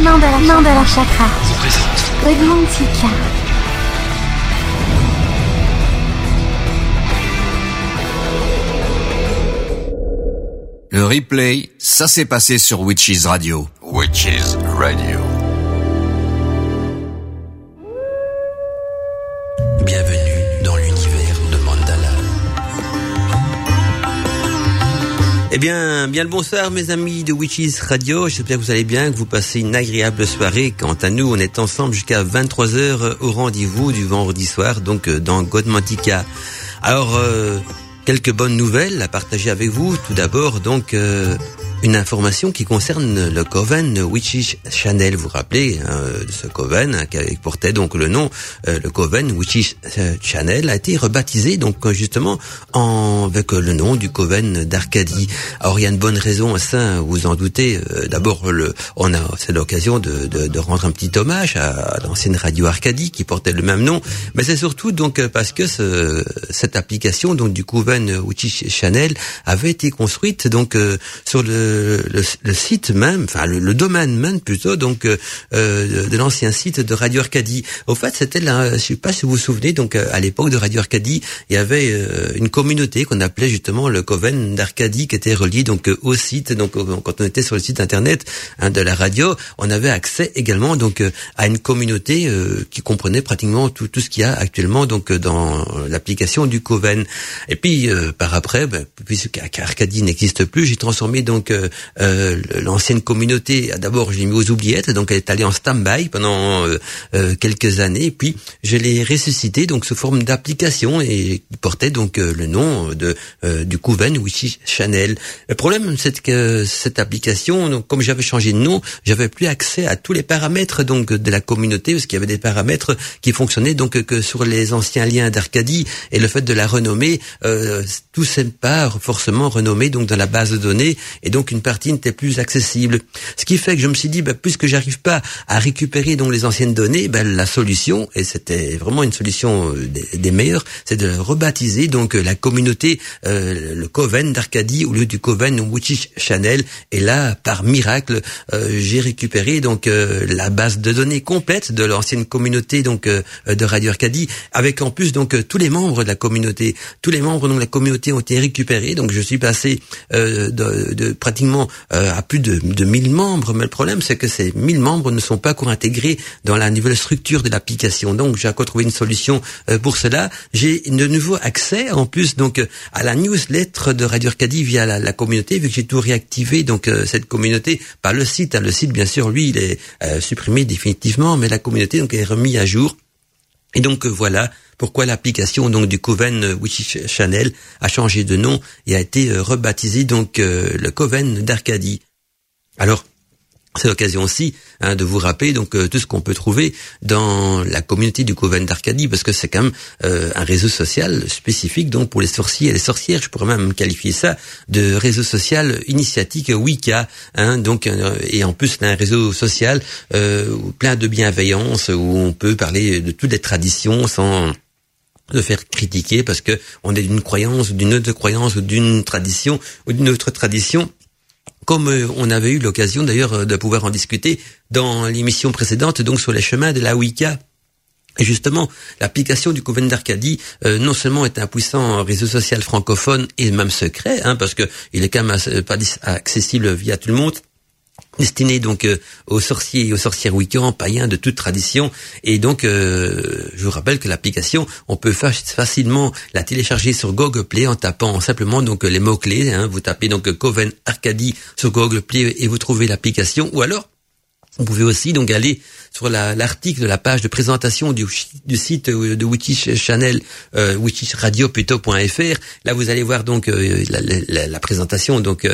Mandala Chakra vous présente Godmantica. Le replay, ça s'est passé sur Witches Radio. Witches Radio. Bienvenue dans l'univers de Mandala. Eh bien le bonsoir mes amis de Witches Radio, j'espère que vous allez bien, que vous passez une agréable soirée. Quant à nous, on est ensemble jusqu'à 23h au rendez-vous du vendredi soir, donc dans Godmantica. Alors, quelques bonnes nouvelles à partager avec vous. Tout d'abord, donc, une information qui concerne le coven Witches Channel. Vous vous rappelez de ce coven qui portait donc le nom, le coven Witches Channel a été rebaptisé donc justement avec le nom du coven d'Arcadie. Alors il y a une bonne raison à ça, vous en doutez. D'abord, c'est l'occasion de rendre un petit hommage à l'ancienne radio Arcadie qui portait le même nom, mais c'est surtout donc parce que cette application donc du coven Witches Channel avait été construite donc sur le site même, enfin le domaine même plutôt, donc de l'ancien site de Radio Arcadie. Au fait, c'était là, je sais pas si vous vous souvenez, donc à l'époque de Radio Arcadie, il y avait une communauté qu'on appelait justement le Coven d'Arcadie qui était relié donc au site. Donc quand on était sur le site internet de la radio, on avait accès également donc à une communauté qui comprenait pratiquement tout ce qu'il y a actuellement donc dans l'application du Coven. Et puis par après, puisque Arcadie n'existe plus, j'ai transformé donc l'ancienne communauté, d'abord je l'ai mis aux oubliettes, donc elle est allée en stand-by pendant quelques années, puis je l'ai ressuscitée donc sous forme d'application et qui portait donc le nom du Coven Witches Channel. Le problème c'est que cette application, donc comme j'avais changé de nom, j'avais plus accès à tous les paramètres donc de la communauté, parce qu'il y avait des paramètres qui fonctionnaient donc que sur les anciens liens d'Arcadie, et le fait de la renommer, tout c'est pas forcément renommé donc dans la base de données, et donc une partie n'était plus accessible. Ce qui fait que je me suis dit, puisque j'arrive pas à récupérer donc les anciennes données, la solution, et c'était vraiment une solution des meilleures, c'est de rebaptiser donc la communauté le Coven d'Arcadie au lieu du Coven Witches Channel. Et là, par miracle, j'ai récupéré donc la base de données complète de l'ancienne communauté donc de Radio Arcadie, avec en plus donc tous les membres de la communauté. Tous les membres donc de la communauté ont été récupérés. Donc je suis passé de pratiquement à plus de 1000 membres, mais le problème c'est que ces 1000 membres ne sont pas encore intégrés dans la nouvelle structure de l'application. Donc j'ai encore trouvé une solution pour cela. J'ai de nouveau accès en plus donc à la newsletter de Radio Arcadie via la communauté, vu que j'ai tout réactivé donc cette communauté par le site. Le site bien sûr lui il est supprimé définitivement, mais la communauté donc est remise à jour. Et donc voilà pourquoi l'application donc du Coven Witches Channel a changé de nom et a été rebaptisée donc le Coven d'Arcadie. Alors c'est l'occasion aussi de vous rappeler donc tout ce qu'on peut trouver dans la communauté du Coven d'Arcadie, parce que c'est quand même un réseau social spécifique donc pour les sorciers et les sorcières. Je pourrais même qualifier ça de réseau social initiatique Wicca, donc et en plus c'est un réseau social plein de bienveillance où on peut parler de toutes les traditions sans de faire critiquer, parce que on est d'une croyance, d'une autre croyance, ou d'une tradition ou d'une autre tradition. Comme on avait eu l'occasion d'ailleurs de pouvoir en discuter dans l'émission précédente, donc sur les chemins de la Wicca. Et justement, l'application du Coven d'Arcadie, non seulement est un puissant réseau social francophone et même secret, parce que il est quand même pas accessible via tout le monde, destiné donc aux sorciers et aux sorcières wiccans, païens de toute tradition. Et donc je vous rappelle que l'application, on peut facilement la télécharger sur Google Play en tapant simplement donc les mots-clés, vous tapez donc Coven Arcadie sur Google Play et vous trouvez l'application. Ou alors vous pouvez aussi donc aller sur l'article de la page de présentation du site de Witches Channel, witchesradio plutôt.fr. Là, vous allez voir donc la présentation donc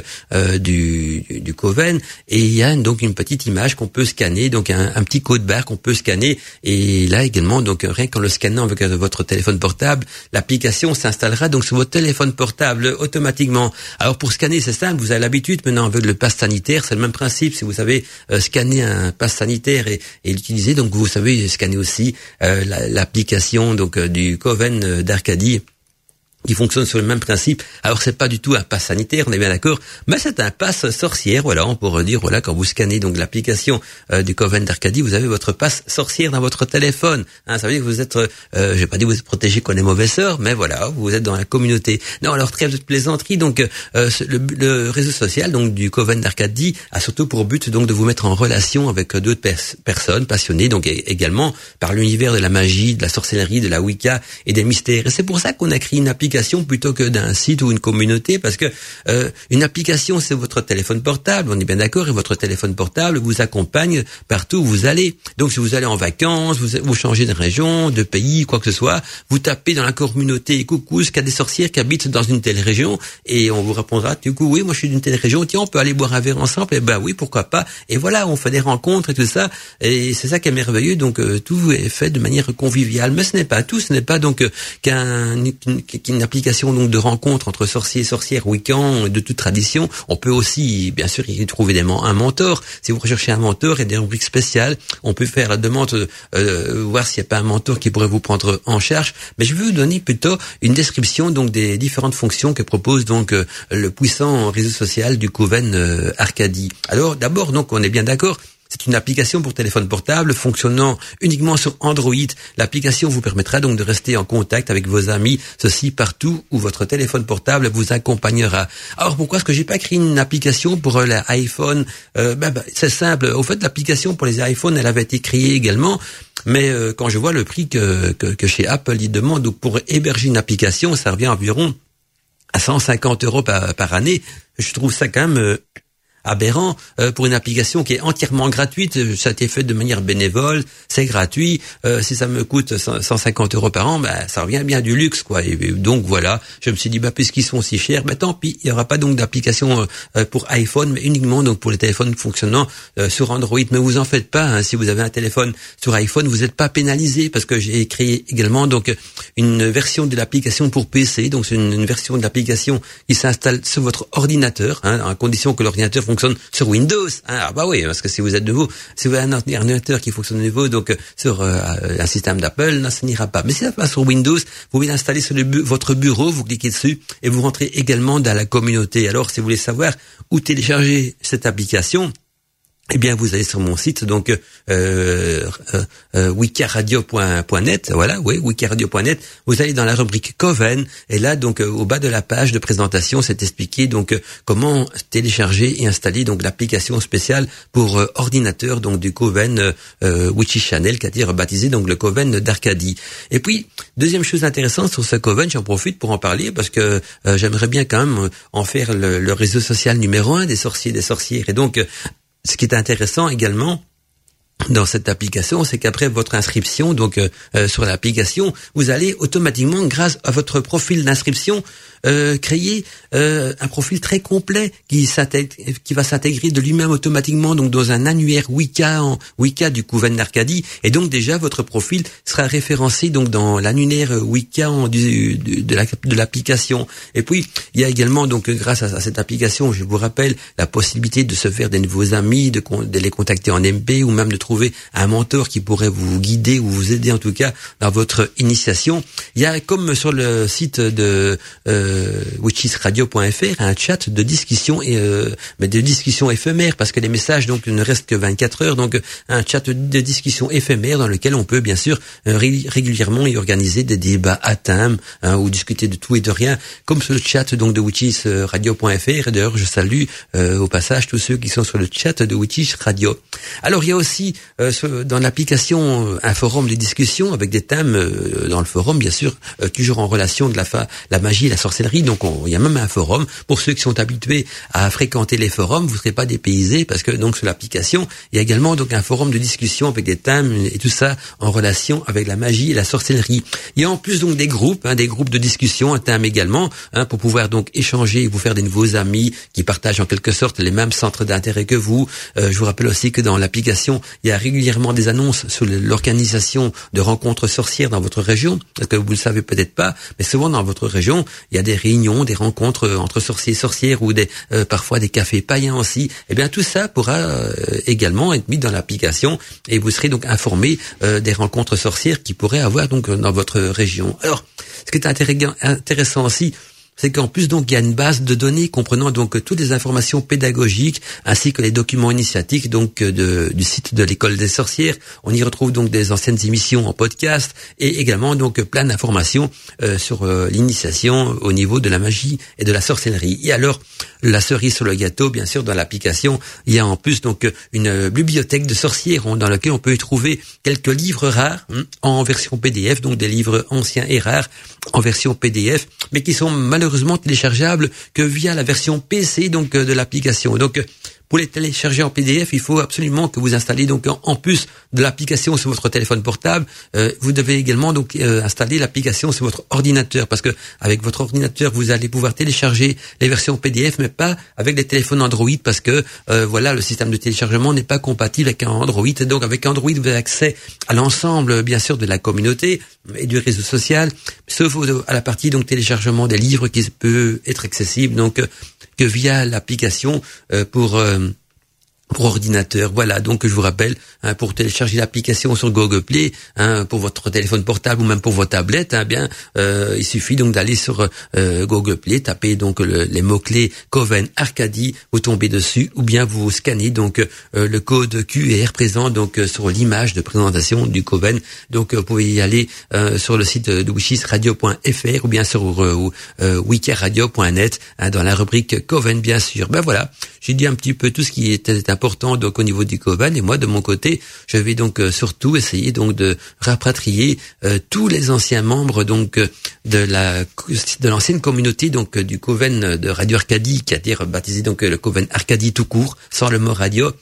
du Coven, et il y a donc une petite image qu'on peut scanner, donc un petit code barre qu'on peut scanner, et là également donc rien qu'en le scannant avec votre téléphone portable, l'application s'installera donc sur votre téléphone portable automatiquement. Alors pour scanner, c'est simple, vous avez l'habitude maintenant avec le pass sanitaire, c'est le même principe. Si vous savez scanner un pass sanitaire et l'utiliser, donc vous savez scanner aussi l'application donc du Coven d'Arcadie. qui fonctionne sur le même principe. Alors c'est pas du tout un pass sanitaire, on est bien d'accord, mais c'est un pass sorcière. Voilà, on pourrait dire, voilà, quand vous scannez donc l'application du Coven d'Arcadie, vous avez votre pass sorcière dans votre téléphone. Hein, ça veut dire que vous êtes, je vais pas dire vous êtes protégé contre les mauvais sorts, mais voilà, vous êtes dans la communauté. Non, alors trêve de plaisanterie. Donc le réseau social donc du Coven d'Arcadie a surtout pour but donc de vous mettre en relation avec d'autres personnes passionnées, donc également par l'univers de la magie, de la sorcellerie, de la Wicca et des mystères. Et c'est pour ça qu'on a créé une application plutôt que d'un site ou une communauté, parce que une application c'est votre téléphone portable, on est bien d'accord, et votre téléphone portable vous accompagne partout où vous allez. Donc si vous allez en vacances, vous changez de région, de pays, quoi que ce soit, vous tapez dans la communauté coucou, ce qu'il y a des sorcières qui habitent dans une telle région, et on vous répondra du coup oui, moi je suis d'une telle région, tiens on peut aller boire un verre ensemble, et ben oui pourquoi pas, et voilà, on fait des rencontres et tout ça, et c'est ça qui est merveilleux. Donc tout est fait de manière conviviale, mais ce n'est pas tout, ce n'est pas donc qu'une application donc de rencontre entre sorciers et sorcières wiccans de toute tradition. On peut aussi bien sûr y trouver un mentor. Si vous recherchez un mentor, il y a des rubriques spéciales. On peut faire la demande, voir s'il n'y a pas un mentor qui pourrait vous prendre en charge. Mais je vais vous donner plutôt une description donc des différentes fonctions que propose donc le puissant réseau social du Coven Arcadie. Alors d'abord donc on est bien d'accord. C'est une application pour téléphone portable fonctionnant uniquement sur Android. L'application vous permettra donc de rester en contact avec vos amis, ceci partout où votre téléphone portable vous accompagnera. Alors pourquoi est-ce que j'ai pas créé une application pour l'iPhone? C'est simple. Au fait, l'application pour les iPhones, elle avait été créée également. Mais quand je vois le prix que chez Apple ils demandent donc pour héberger une application, ça revient environ à 150 € par année. Je trouve ça quand même aberrant pour une application qui est entièrement gratuite. Ça a été fait de manière bénévole, c'est gratuit. Si ça me coûte 150 € par an, ça revient bien du luxe, quoi. Et donc voilà, je me suis dit puisqu'ils sont si chers, tant pis, il y aura pas donc d'application pour iPhone, mais uniquement donc pour les téléphones fonctionnant sur Android. Mais vous en faites pas, hein, si vous avez un téléphone sur iPhone, vous n'êtes pas pénalisé, parce que j'ai créé également donc une version de l'application pour PC. Donc c'est une version de l'application qui s'installe sur votre ordinateur, hein, à condition que l'ordinateur fonctionne sur Windows. Ah bah oui, parce que si vous êtes nouveau, si vous avez un ordinateur qui fonctionne nouveau, donc sur un système d'Apple, non, ça n'ira pas. Mais si ça passe sur Windows, vous pouvez l'installer sur votre bureau, vous cliquez dessus et vous rentrez également dans la communauté. Alors, si vous voulez savoir où télécharger cette application, eh bien, vous allez sur mon site, donc wiccaradio.net, voilà, oui, wiccaradio.net. Vous allez dans la rubrique Coven, et là, donc, au bas de la page de présentation, c'est expliqué donc comment télécharger et installer donc l'application spéciale pour ordinateur, donc du Coven Witchy Channel, c'est-à-dire baptisé donc le Coven d'Arcadie. Et puis, deuxième chose intéressante sur ce Coven, j'en profite pour en parler parce que j'aimerais bien quand même en faire le réseau social numéro 1 des sorciers et des sorcières. Et donc, ce qui est intéressant également dans cette application, c'est qu'après votre inscription, donc sur l'application, vous allez automatiquement, grâce à votre profil d'inscription, créer un profil très complet qui va s'intégrer de lui-même automatiquement donc dans un annuaire Wicca du Coven d'Arcadie, et donc déjà votre profil sera référencé donc dans l'annuaire Wicca de l'application. Et puis il y a également donc grâce à cette application, je vous rappelle, la possibilité de se faire des nouveaux amis, de les contacter en MP, ou même de trouver un mentor qui pourrait vous guider ou vous aider en tout cas dans votre initiation. Il y a, comme sur le site de witchesradio.fr, un chat de discussion mais de discussion éphémère, parce que les messages donc ne restent que 24 heures, donc un chat de discussion éphémère dans lequel on peut bien sûr régulièrement y organiser des débats à thème, hein, ou discuter de tout et de rien, comme sur le chat donc de witchesradio.fr. Et d'ailleurs je salue au passage tous ceux qui sont sur le chat de Witches Radio. Alors il y a aussi dans l'application un forum de discussion avec des thèmes dans le forum, bien sûr, toujours en relation de la magie et la sorcellerie. Donc il y a même un forum pour ceux qui sont habitués à fréquenter les forums. Vous ne serez pas dépaysés, parce que donc sur l'application il y a également donc un forum de discussion avec des thèmes et tout ça en relation avec la magie et la sorcellerie. Il y a en plus donc des groupes de discussion, un thème également, pour pouvoir donc échanger et vous faire des nouveaux amis qui partagent en quelque sorte les mêmes centres d'intérêt que vous. Je vous rappelle aussi que dans l'application il y a régulièrement des annonces sur l'organisation de rencontres sorcières dans votre région, parce que vous ne le savez peut-être pas, mais souvent dans votre région, il y a des réunions, des rencontres entre sorciers et sorcières ou parfois des cafés païens aussi. Eh bien tout ça pourra également être mis dans l'application et vous serez donc informé des rencontres sorcières qui pourraient avoir donc dans votre région. Alors, ce qui est intéressant aussi, c'est qu'en plus donc il y a une base de données comprenant donc toutes les informations pédagogiques ainsi que les documents initiatiques donc du site de l'école des sorcières. On y retrouve donc des anciennes émissions en podcast et également donc plein d'informations sur l'initiation au niveau de la magie et de la sorcellerie. Et alors la cerise sur le gâteau, bien sûr, dans l'application, il y a en plus donc une bibliothèque de sorcières dans laquelle on peut y trouver quelques livres rares en version PDF, donc des livres anciens et rares en version PDF, mais qui sont malheureusement téléchargeables que via la version PC donc de l'application. Donc pour les télécharger en PDF, il faut absolument que vous installiez donc en plus de l'application sur votre téléphone portable, vous devez également donc installer l'application sur votre ordinateur, parce que avec votre ordinateur vous allez pouvoir télécharger les versions PDF, mais pas avec les téléphones Android, parce que voilà, le système de téléchargement n'est pas compatible avec un Android. Et donc avec Android vous avez accès à l'ensemble bien sûr de la communauté et du réseau social, sauf à la partie donc téléchargement des livres qui peut être accessible donc que via l'application pour ordinateur. Voilà, donc je vous rappelle, pour télécharger l'application sur Google Play, pour votre téléphone portable ou même pour vos tablettes, il suffit donc d'aller sur Google Play, taper donc les mots-clés Coven Arcadie, vous tombez dessus, ou bien vous scannez donc le code QR présent donc sur l'image de présentation du Coven. Donc vous pouvez y aller sur le site de witchesradio.fr ou bien sur wikiradio.net dans la rubrique Coven, bien sûr. Ben voilà, j'ai dit un petit peu tout ce qui était important donc au niveau du Coven, et moi de mon côté je vais donc surtout essayer donc de rapatrier tous les anciens membres donc de l'ancienne communauté donc du Coven de Radio Arcadie, qui a été rebaptisé donc le Coven Arcadie tout court sans le mot radio.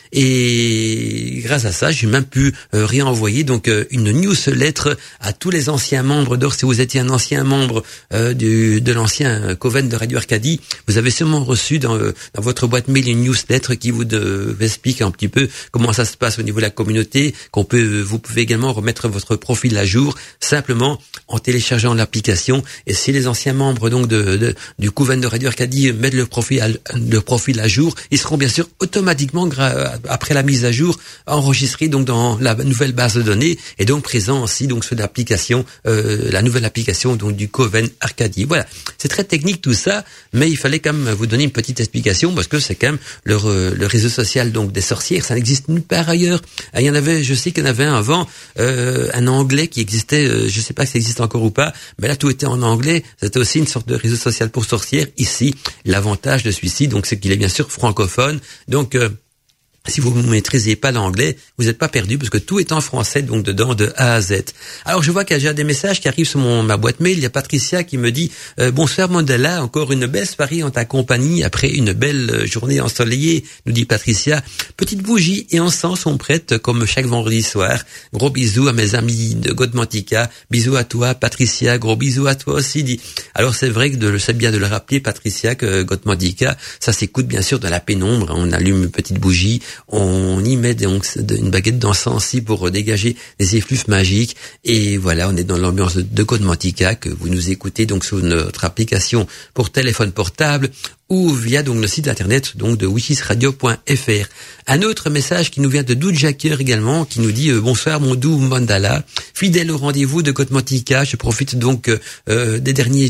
Et grâce à ça, j'ai même pu réenvoyer donc une newsletter à tous les anciens membres. Donc si vous étiez un ancien membre de l'ancien Coven de Radio Arcadie, vous avez sûrement reçu dans votre boîte mail une newsletter qui vous explique un petit peu comment ça se passe au niveau de la communauté, vous pouvez également remettre votre profil à jour simplement en téléchargeant l'application. Et si les anciens membres donc du Coven de Radio Arcadie mettent le profil à jour, ils seront bien sûr automatiquement après la mise à jour enregistrés donc dans la nouvelle base de données, et donc présent aussi donc sur l'application, la nouvelle application donc du Coven Arcadie. Voilà, c'est très technique tout ça, mais il fallait quand même vous donner une petite explication, parce que c'est quand même le réseau social donc des sorcières, ça n'existe nulle part ailleurs. Il y en avait, je sais qu'il y en avait un avant, un anglais qui existait, je sais pas si ça existe encore ou pas, mais là tout était en anglais. C'était aussi une sorte de réseau social pour sorcières. Ici, l'avantage de celui-ci donc c'est qu'il est bien sûr francophone, donc si vous ne maîtrisez pas l'anglais, vous n'êtes pas perdu, parce que tout est en français, donc dedans, de A à Z. Alors, je vois qu'il y a déjà des messages qui arrivent sur ma boîte mail. Il y a Patricia qui me dit « Bonsoir Mandela, encore une belle soirée en ta compagnie après une belle journée ensoleillée, nous dit Patricia. Petite bougie et encens sont prêtes comme chaque vendredi soir. Gros bisous à mes amis de Godmantica. Bisous à toi, Patricia. Gros bisous à toi aussi. » dit. Alors, c'est vrai que c'est bien de le rappeler, Patricia, que Godmantica, ça s'écoute bien sûr de la pénombre. On allume une petite bougie, on y met donc une baguette d'encens aussi pour dégager des effluves magiques, et voilà, on est dans l'ambiance de Godmantica, que vous nous écoutez donc sur notre application pour téléphone portable ou via donc le site internet donc de witchesradio.fr. Un autre message qui nous vient de Doudjaker également, qui nous dit bonsoir mon doux Mandala, fidèle au rendez-vous de Godmantica, je profite donc des derniers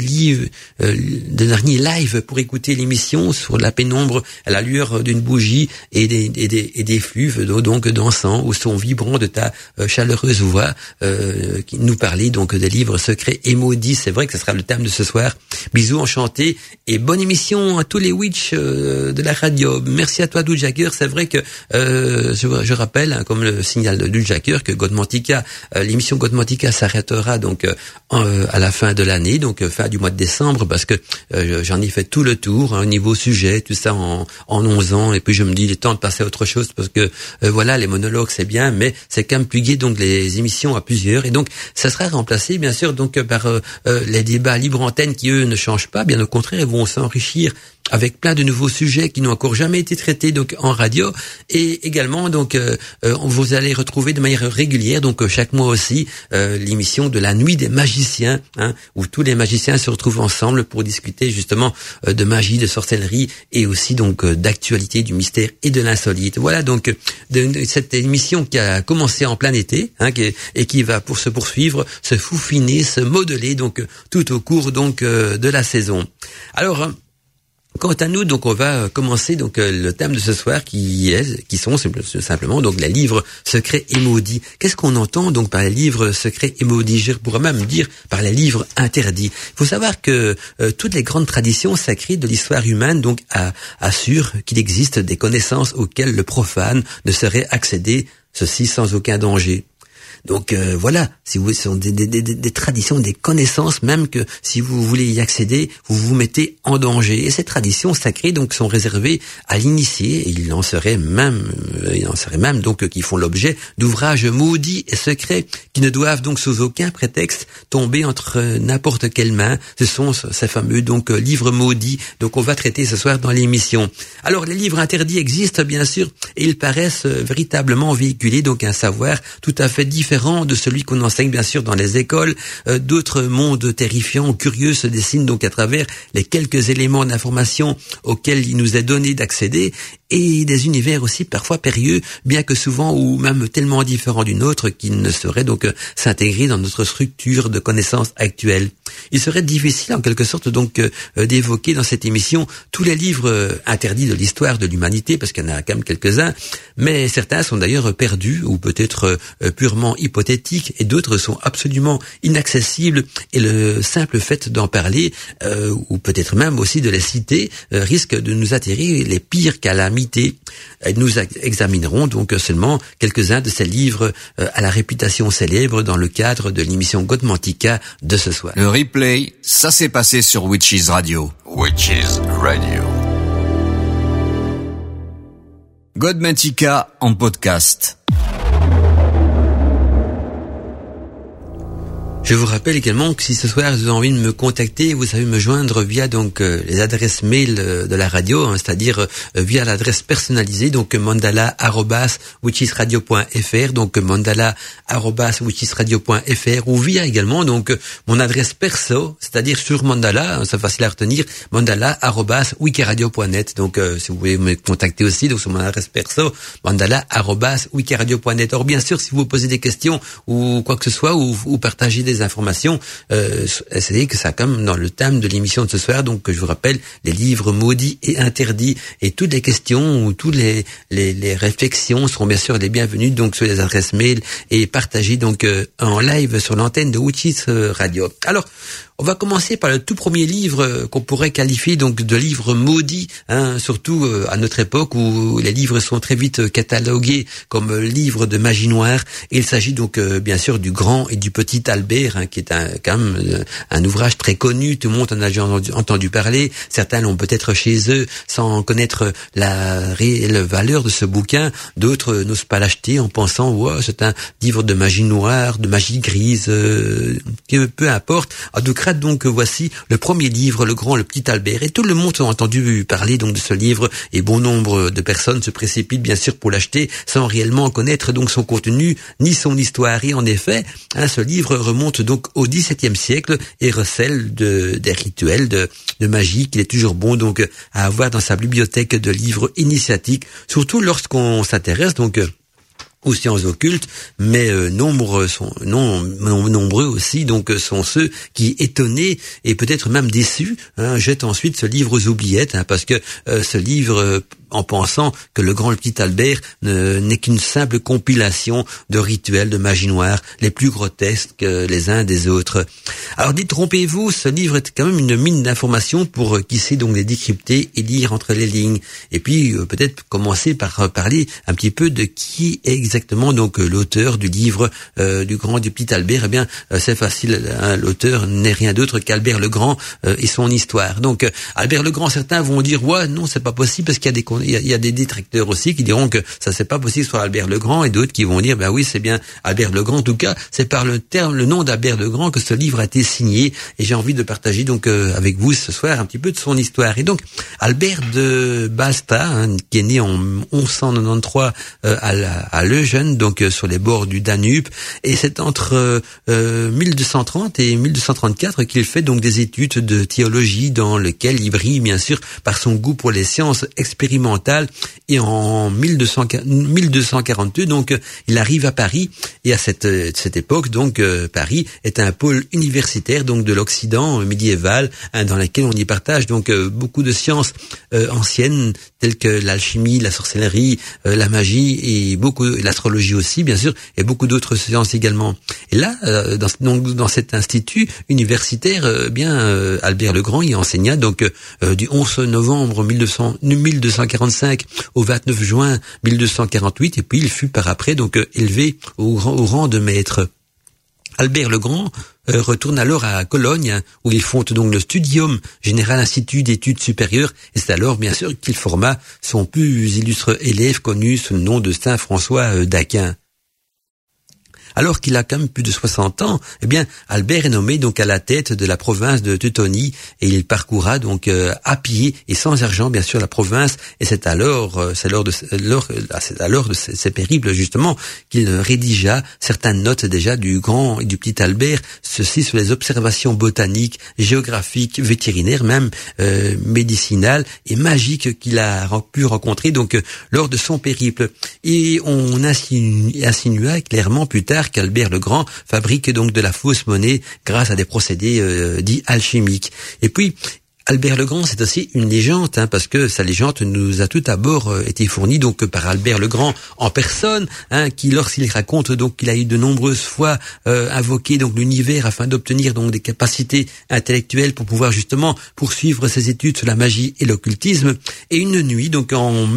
lives pour écouter l'émission sur la pénombre à la lueur d'une bougie et des fleuves donc d'encens au son vibrant de ta chaleureuse voix, qui nous parlait donc des livres secrets et maudits. C'est vrai que ce sera le thème de ce soir. Bisous enchantés et bonne émission à tous les witch de la radio. Merci à toi Doudjaker. C'est vrai que je rappelle, comme le signal de Doudjaker, que Godmantica, l'émission Godmantica s'arrêtera donc à la fin de l'année, donc fin du mois de décembre, parce que j'en ai fait tout le tour au niveau sujet, tout ça en 11 ans, et puis je me dis il est temps de passer à autre chose, parce que voilà, les monologues c'est bien, mais c'est quand même plus gai, donc les émissions à plusieurs, et donc ça sera remplacé bien sûr donc par les débats libre antenne qui eux ne changent pas, bien au contraire, ils vont s'enrichir avec plein de nouveaux sujets qui n'ont encore jamais été traités donc en radio, et également donc vous allez retrouver de manière régulière donc chaque mois aussi l'émission de la nuit des magiciens, où tous les magiciens se retrouvent ensemble pour discuter justement de magie, de sorcellerie et aussi donc d'actualité, du mystère et de l'insolite. Voilà donc de cette émission qui a commencé en plein été et qui va pour se poursuivre, se foufiner, se modeler donc tout au cours donc de la saison. Alors quant à nous, donc on va commencer donc le thème de ce soir qui sont simplement donc les livres secrets et maudits. Qu'est-ce qu'on entend donc par les livres secrets et maudits? Je pourrais même dire par les livres interdits. Il faut savoir que toutes les grandes traditions sacrées de l'histoire humaine donc assurent qu'il existe des connaissances auxquelles le profane ne saurait accéder, ceci sans aucun danger. Donc voilà, si vous, ce sont des traditions, des connaissances, même que si vous voulez y accéder, vous vous mettez en danger. Et ces traditions sacrées donc sont réservées à l'initié, et il en serait même donc qui font l'objet d'ouvrages maudits et secrets qui ne doivent donc sous aucun prétexte tomber entre n'importe quelle main. Ce sont ces fameux donc livres maudits. Donc on va traiter ce soir dans l'émission. Alors les livres interdits existent bien sûr, et ils paraissent véritablement véhiculer donc un savoir tout à fait différent de celui qu'on enseigne bien sûr dans les écoles. D'autres mondes terrifiants, curieux se dessinent donc à travers les quelques éléments d'information auxquels il nous est donné d'accéder, et des univers aussi parfois périlleux, bien que souvent ou même tellement différents d'une autre qu'ils ne sauraient donc s'intégrer dans notre structure de connaissances actuelle. Il serait difficile en quelque sorte donc d'évoquer dans cette émission tous les livres interdits de l'histoire de l'humanité, parce qu'il y en a quand même quelques-uns, mais certains sont d'ailleurs perdus ou peut-être purement hypothétiques, et d'autres sont absolument inaccessibles, et le simple fait d'en parler ou peut-être même aussi de les citer risque de nous attirer les pires calamités. Nous examinerons donc seulement quelques-uns de ces livres à la réputation célèbre dans le cadre de l'émission Godmantica de ce soir. Le replay, ça s'est passé sur Witches Radio. Witches Radio. Godmantica en podcast. Je vous rappelle également que si ce soir vous avez envie de me contacter, vous savez me joindre via donc les adresses mail de la radio, c'est-à-dire via l'adresse personnalisée, donc mandala@witchesradio.fr, donc mandala@witchesradio.fr, ou via également donc mon adresse perso, c'est-à-dire sur Mandala, c'est facile à retenir, mandala@wikiradio.net. Donc si vous voulez me contacter aussi, donc sur mon adresse perso, mandala@wikiradio.net. Or bien sûr, si vous posez des questions ou quoi que ce soit, ou partagez des informations, c'est que ça comme dans le thème de l'émission de ce soir, donc je vous rappelle les livres maudits et interdits, et toutes les questions ou toutes les réflexions seront bien sûr les bienvenues donc sur les adresses mail et partagées donc en live sur l'antenne de Witches Radio. Alors on va commencer par le tout premier livre qu'on pourrait qualifier donc de livre maudit, surtout à notre époque où les livres sont très vite catalogués comme livres de magie noire. Et il s'agit donc bien sûr du Grand et du Petit Albert, qui est quand même un ouvrage très connu. Tout le monde en a déjà entendu parler. Certains l'ont peut-être chez eux sans connaître la réelle valeur de ce bouquin. D'autres n'osent pas l'acheter en pensant c'est un livre de magie noire, de magie grise, peu importe. Donc voici le premier livre, Le Grand, le Petit Albert, et tout le monde a entendu parler donc de ce livre, et bon nombre de personnes se précipitent bien sûr pour l'acheter sans réellement connaître donc son contenu ni son histoire. Et en effet, ce livre remonte donc au XVIIe siècle et recèle des rituels de magie qu'il est toujours bon donc à avoir dans sa bibliothèque de livres initiatiques, surtout lorsqu'on s'intéresse donc aux sciences occultes, mais nombreux aussi donc sont ceux qui, étonnés et peut-être même déçus, jettent ensuite ce livre aux oubliettes, parce que ce livre, en pensant que Le Grand et le Petit Albert n'est qu'une simple compilation de rituels de magie noire, les plus grotesques les uns des autres. Alors détrompez-vous, ce livre est quand même une mine d'informations pour qui sait donc les décrypter et lire entre les lignes. Et puis peut-être commencer par parler un petit peu de qui est exactement donc l'auteur du livre du Grand et du Petit Albert. Eh bien c'est facile, l'auteur n'est rien d'autre qu'Albert le Grand et son histoire. Donc Albert le Grand, certains vont dire non, c'est pas possible parce qu'il y a y a des détracteurs aussi qui diront que ça c'est pas possible soit Albert le Grand, et d'autres qui vont dire oui, c'est bien Albert le Grand. En tout cas, c'est par le nom d'Albert le Grand que ce livre a été signé, et j'ai envie de partager donc avec vous ce soir un petit peu de son histoire. Et donc Albert de Basta, qui est né en 1193 à Leuven, donc sur les bords du Danube, et c'est entre 1230 et 1234 qu'il fait donc des études de théologie, dans lequel il brille bien sûr par son goût pour les sciences expérimentales. Et en 1242 donc il arrive à Paris, et à cette époque donc Paris est un pôle universitaire donc de l'Occident médiéval, dans lequel on y partage donc beaucoup de sciences anciennes telles que l'alchimie, la sorcellerie, la magie, et l'astrologie aussi bien sûr, et beaucoup d'autres sciences également. Et là dans cet institut universitaire, Albert le Grand y enseigna donc du 11 novembre 1245 au 29 juin 1248, et puis il fut par après donc élevé au rang de maître. Albert le Grand retourne alors à Cologne, où il fonde donc le Studium Général Institut d'études supérieures, et c'est alors bien sûr qu'il forma son plus illustre élève connu sous le nom de Saint François d'Aquin. Alors qu'il a quand même plus de 60 ans, Albert est nommé donc à la tête de la province de Teutonie, et il parcourra donc à pied et sans argent bien sûr la province, et c'est lors de ces périples justement qu'il rédigea certaines notes déjà du grand et du petit Albert, ceci sur les observations botaniques, géographiques, vétérinaires, même médicinales et magiques qu'il a pu rencontrer donc lors de son périple. Et on insinua clairement plus tard qu'Albert le Grand fabrique donc de la fausse monnaie grâce à des procédés dits alchimiques. Et puis Albert le Grand, c'est aussi une légende, parce que sa légende nous a tout d'abord été fournie donc par Albert le Grand en personne, qui lorsqu'il raconte donc qu'il a eu de nombreuses fois invoqué donc l'univers afin d'obtenir donc des capacités intellectuelles pour pouvoir justement poursuivre ses études sur la magie et l'occultisme. Et une nuit donc en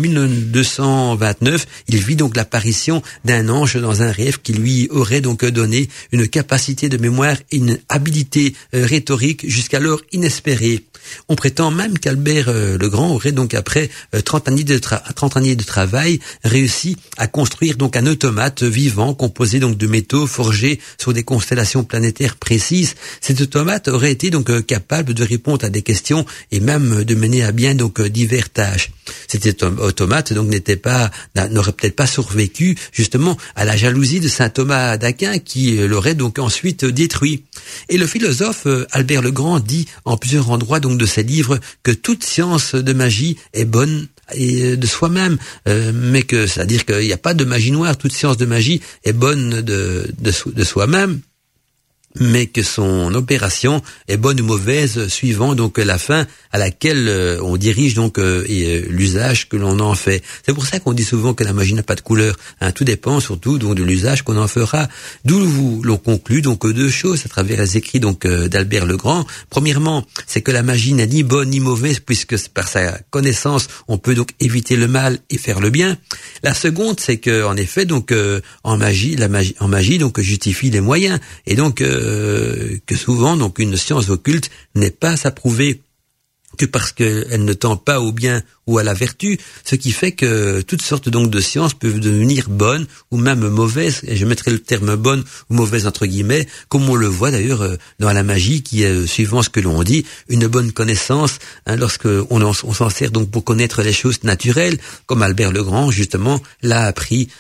1229, il vit donc l'apparition d'un ange dans un rêve qui lui aurait donc donné une capacité de mémoire et une habilité rhétorique jusqu'alors inespérée. On prétend même qu'Albert le Grand aurait donc après 30 années de travail réussi à construire donc un automate vivant composé donc de métaux forgés sur des constellations planétaires précises. Cet automate aurait été donc capable de répondre à des questions et même de mener à bien donc divers tâches. Cet automate donc n'aurait peut-être pas survécu justement à la jalousie de saint Thomas d'Aquin, qui l'aurait donc ensuite détruit. Et le philosophe Albert le Grand dit en plusieurs endroits donc de ses livres que toute science de magie est bonne et de soi-même, mais que c'est-à-dire qu'il n'y a pas de magie noire, toute science de magie est bonne de soi-même, mais que son opération est bonne ou mauvaise suivant donc la fin à laquelle on dirige donc et l'usage que l'on en fait. C'est pour ça qu'on dit souvent que la magie n'a pas de couleur. Tout dépend surtout donc de l'usage qu'on en fera. D'où l'on conclut donc deux choses à travers les écrits donc d'Albert le Grand. Premièrement, c'est que la magie n'est ni bonne ni mauvaise, puisque par sa connaissance on peut donc éviter le mal et faire le bien. La seconde, c'est que en effet donc en magie donc justifie les moyens, et donc que souvent donc une science occulte n'est pas à prouver que parce qu'elle ne tend pas au bien ou à la vertu, ce qui fait que toutes sortes donc de sciences peuvent devenir bonnes ou même mauvaises, et je mettrai le terme bonne ou mauvaise entre guillemets, comme on le voit d'ailleurs dans la magie, qui est, suivant ce que l'on dit, une bonne connaissance, lorsque on s'en sert donc pour connaître les choses naturelles, comme Albert le Grand justement l'a appris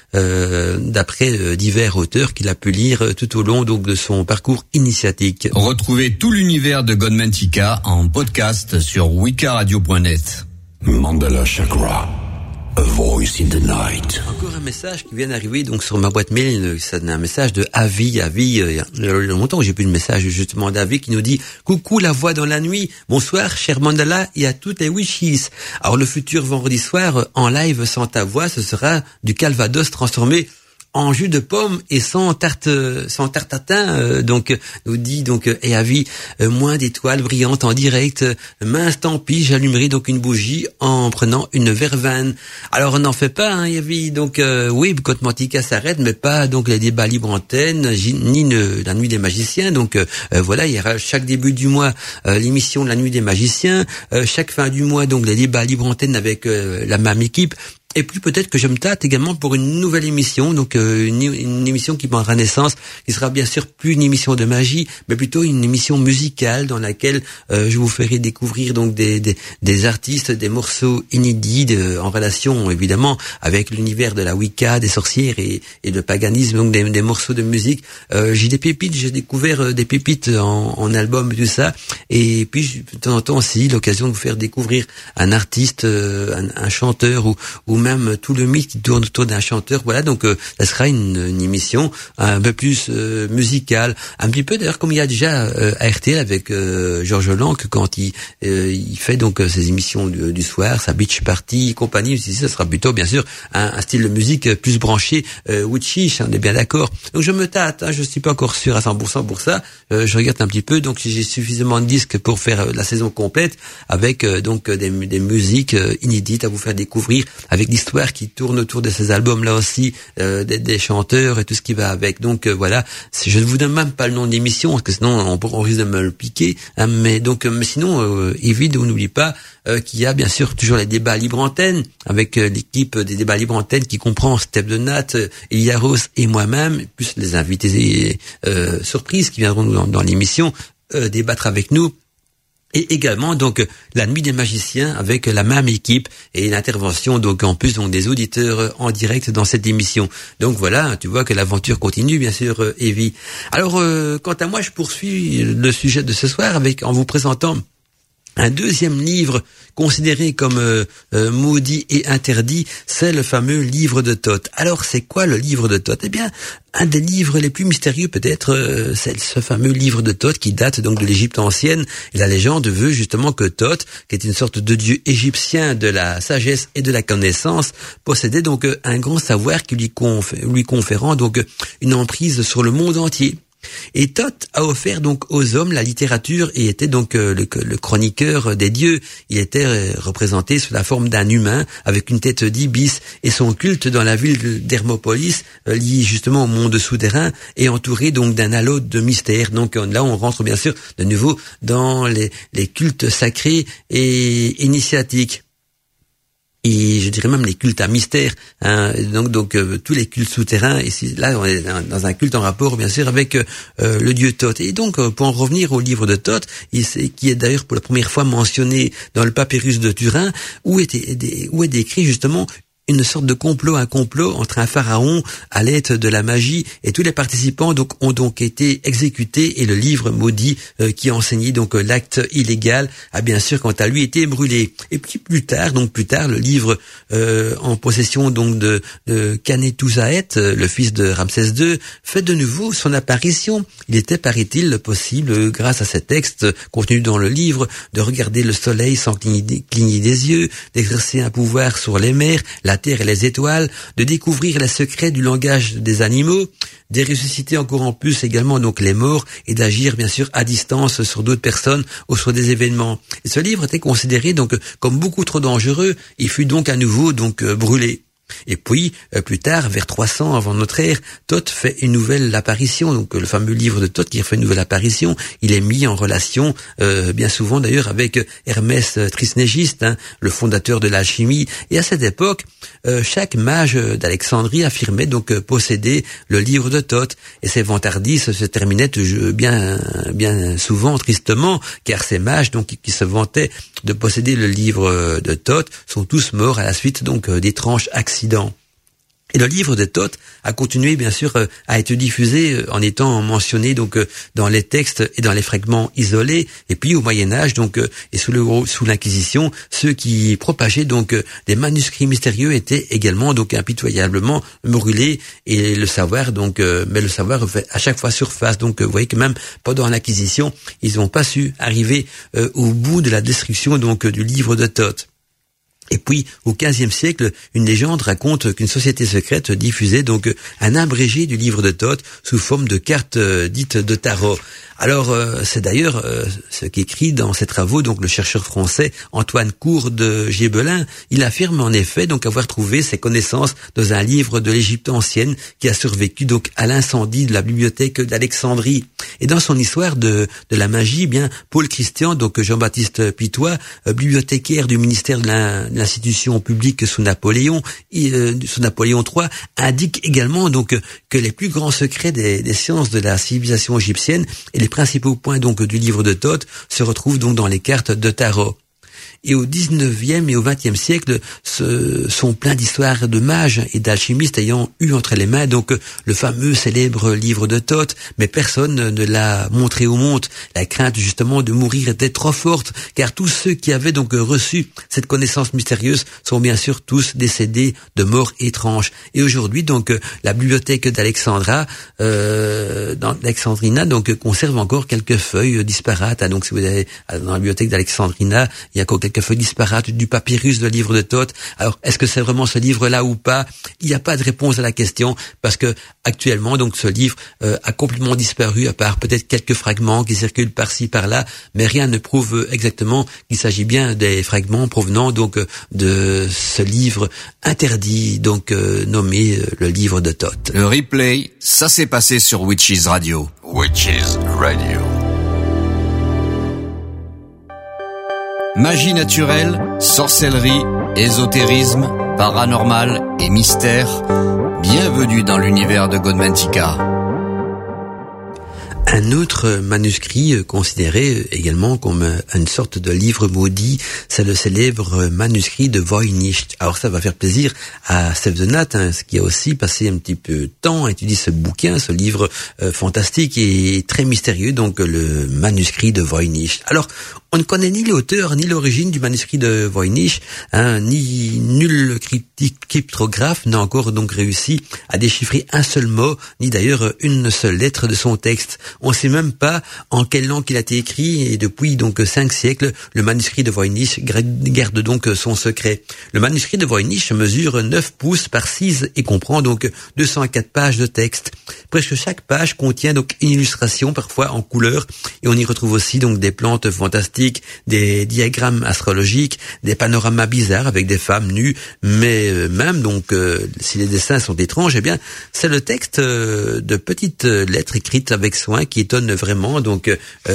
d'après divers auteurs qu'il a pu lire tout au long donc de son parcours initiatique. Retrouvez tout l'univers de Godmantica en podcast sur wicaradio.net. Mandala Chakra, a voice in the night. Encore un message qui vient d'arriver donc sur ma boîte mail, c'est un message de Avi. Il y a longtemps que j'ai plus de message justement d'Avi qui nous dit: coucou la voix dans la nuit, bonsoir cher Mandala et à toutes les wishes. Alors le futur vendredi soir en live sans ta voix, ce sera du Calvados transformé en jus de pomme et sans tarte tatin. Donc nous dit donc Eavi, moins d'étoiles brillantes en direct. Mince tant pis, j'allumerai donc une bougie en prenant une verveine. Alors on n'en fait pas, hein, Eavi. Donc oui, quand Mantica s'arrête, mais pas donc les débats libre antenne, ni la nuit des magiciens. Donc voilà, il y aura chaque début du mois l'émission de la nuit des magiciens, chaque fin du mois donc les débats libre antenne avec la même équipe. Et puis peut-être que je me tâte également pour une nouvelle émission, donc une émission qui prendra naissance, qui sera bien sûr plus une émission de magie, mais plutôt une émission musicale dans laquelle je vous ferai découvrir donc des artistes, des morceaux inédits en relation évidemment avec l'univers de la Wicca, des sorcières et le paganisme, donc des morceaux de musique. J'ai découvert des pépites en album et tout ça, et puis de temps en temps aussi l'occasion de vous faire découvrir un artiste, un chanteur ou même tout le mythe qui tourne autour d'un chanteur. Voilà, donc ça sera une émission un peu plus musicale, un petit peu d'ailleurs comme il y a déjà à RTL avec Georges Lang quand il fait donc ses émissions du soir, sa beach party compagnie. Ici, ça sera plutôt bien sûr un style de musique plus branché witchish, on est bien d'accord. Donc je me tâte, je suis pas encore sûr à 100% pour ça. Je regarde un petit peu, donc j'ai suffisamment de disques pour faire la saison complète avec donc des musiques inédites à vous faire découvrir, avec l'histoire qui tourne autour de ces albums-là aussi, des chanteurs et tout ce qui va avec. Donc voilà, je ne vous donne même pas le nom de l'émission, parce que sinon on risque de me le piquer. Hein, mais sinon, évidemment, on n'oublie pas qu'il y a bien sûr toujours les débats libre antenne, avec l'équipe des débats libre antenne qui comprend Steph de Nat, Elia Rose et moi-même, plus les invités surprises qui viendront dans l'émission débattre avec nous. Et également donc la nuit des magiciens avec la même équipe et l'intervention donc en plus donc des auditeurs en direct dans cette émission. Donc voilà, tu vois que l'aventure continue bien sûr, Evie. Alors quant à moi, je poursuis le sujet de ce soir en vous présentant un deuxième livre considéré comme maudit et interdit, c'est le fameux livre de Thoth. Alors c'est quoi le livre de Thoth? Eh bien, un des livres les plus mystérieux peut-être, c'est ce fameux livre de Thoth qui date donc de l'Égypte ancienne. Et la légende veut justement que Thoth, qui est une sorte de dieu égyptien de la sagesse et de la connaissance, possédait donc un grand savoir qui lui conférant donc une emprise sur le monde entier. Et Thoth a offert donc aux hommes la littérature et était donc le chroniqueur des dieux. Il était représenté sous la forme d'un humain avec une tête d'ibis, et son culte dans la ville d'Hermopolis, lié justement au monde souterrain, est entouré donc d'un halo de mystère. Donc là on rentre bien sûr de nouveau dans les cultes sacrés et initiatiques. Et je dirais même les cultes à mystère, hein. Donc tous les cultes souterrains. Et là, on est dans un culte en rapport, bien sûr, avec le dieu Thoth. Et donc, pour en revenir au livre de Thoth, qui est d'ailleurs pour la première fois mentionné dans le papyrus de Turin, où est décrit justement une sorte de un complot entre un pharaon à l'aide de la magie, et tous les participants ont donc été exécutés, et le livre maudit qui enseignait donc l'acte illégal a bien sûr quant à lui été brûlé. Et puis plus tard le livre en possession donc de Khanetouzaet, le fils de Ramsès II, fait de nouveau son apparition. Il était, paraît-il, possible grâce à ces textes contenus dans le livre de regarder le soleil sans cligner des yeux, d'exercer un pouvoir sur les mers, la terre et les étoiles, de découvrir les secrets du langage des animaux, de ressusciter encore en plus également donc les morts, et d'agir bien sûr à distance sur d'autres personnes ou sur des événements. Et ce livre était considéré donc comme beaucoup trop dangereux. Il fut donc à nouveau donc brûlé. Et puis, plus tard, vers 300 avant notre ère, Thoth fait une nouvelle apparition, donc le fameux livre de Thoth qui fait une nouvelle apparition. Il est mis en relation, bien souvent d'ailleurs, avec Hermès Trismégiste, le fondateur de l'alchimie. Et à cette époque, chaque mage d'Alexandrie affirmait donc posséder le livre de Thoth. Et ces vantardises se terminaient bien souvent tristement, car ces mages donc qui se vantaient de posséder le livre de Thoth sont tous morts à la suite donc d'étranges accidents. Et le livre de Thoth a continué bien sûr à être diffusé en étant mentionné donc dans les textes et dans les fragments isolés. Et puis au Moyen-Âge donc et sous l'Inquisition, ceux qui propageaient donc des manuscrits mystérieux étaient également donc impitoyablement brûlés, et le savoir donc mais le savoir fait à chaque fois surface. Donc vous voyez que même pendant l'Inquisition, ils n'ont pas su arriver au bout de la destruction donc du livre de Thoth. Et puis, au XVe siècle, une légende raconte qu'une société secrète diffusait donc un abrégé du livre de Thoth sous forme de cartes dites de tarot. Alors, c'est d'ailleurs ce qu'écrit dans ses travaux donc le chercheur français Antoine Cour de Gébelin. Il affirme en effet donc avoir trouvé ses connaissances dans un livre de l'Égypte ancienne qui a survécu donc à l'incendie de la bibliothèque d'Alexandrie. Et dans son histoire de la magie, bien Paul Christian, donc Jean-Baptiste Pitois, bibliothécaire du ministère de l'institution publique sous Napoléon III, indique également donc que les plus grands secrets des sciences de la civilisation égyptienne et les principaux points donc du livre de Thoth se retrouvent donc dans les cartes de tarot. Et au 19e et au 20e siècle, sont plein d'histoires de mages et d'alchimistes ayant eu entre les mains donc le fameux célèbre livre de Thoth, mais personne ne l'a montré au monde. La crainte justement de mourir était trop forte, car tous ceux qui avaient donc reçu cette connaissance mystérieuse sont bien sûr tous décédés de mort étrange. Et aujourd'hui donc la bibliothèque d'Alexandrina donc conserve encore quelques feuilles disparates. Donc si vous allez dans la bibliothèque d'Alexandrina, il y a encore quelques feuilles disparates du papyrus de livre de Thoth. Alors, est-ce que c'est vraiment ce livre-là ou pas? Il n'y a pas de réponse à la question, parce que actuellement, donc, ce livre a complètement disparu, à part peut-être quelques fragments qui circulent par-ci, par-là, mais rien ne prouve exactement qu'il s'agit bien des fragments provenant donc de ce livre interdit, donc nommé le livre de Thoth. Le replay, ça s'est passé sur Witches Radio. Witches Radio. Magie naturelle, sorcellerie, ésotérisme, paranormal et mystère. Bienvenue dans l'univers de Godmantica. Un autre manuscrit considéré également comme une sorte de livre maudit, c'est le célèbre manuscrit de Voynich. Alors ça va faire plaisir à Steph Donat, ce qui a aussi passé un petit peu de temps à étudier ce bouquin, ce livre fantastique et très mystérieux, donc le manuscrit de Voynich. Alors, on ne connaît ni l'auteur ni l'origine du manuscrit de Voynich, ni nul cryptographe n'a encore donc réussi à déchiffrer un seul mot, ni d'ailleurs une seule lettre de son texte. On ne sait même pas en quelle langue il a été écrit, et depuis donc 5 siècles, le manuscrit de Voynich garde donc son secret. Le manuscrit de Voynich mesure 9 pouces par 6 et comprend donc 204 pages de texte. Presque chaque page contient donc une illustration, parfois en couleur, et on y retrouve aussi donc des plantes fantastiques, des diagrammes astrologiques, des panoramas bizarres avec des femmes nues, mais même donc si les dessins sont étranges, eh bien c'est le texte de petites lettres écrites avec soin qui étonne vraiment donc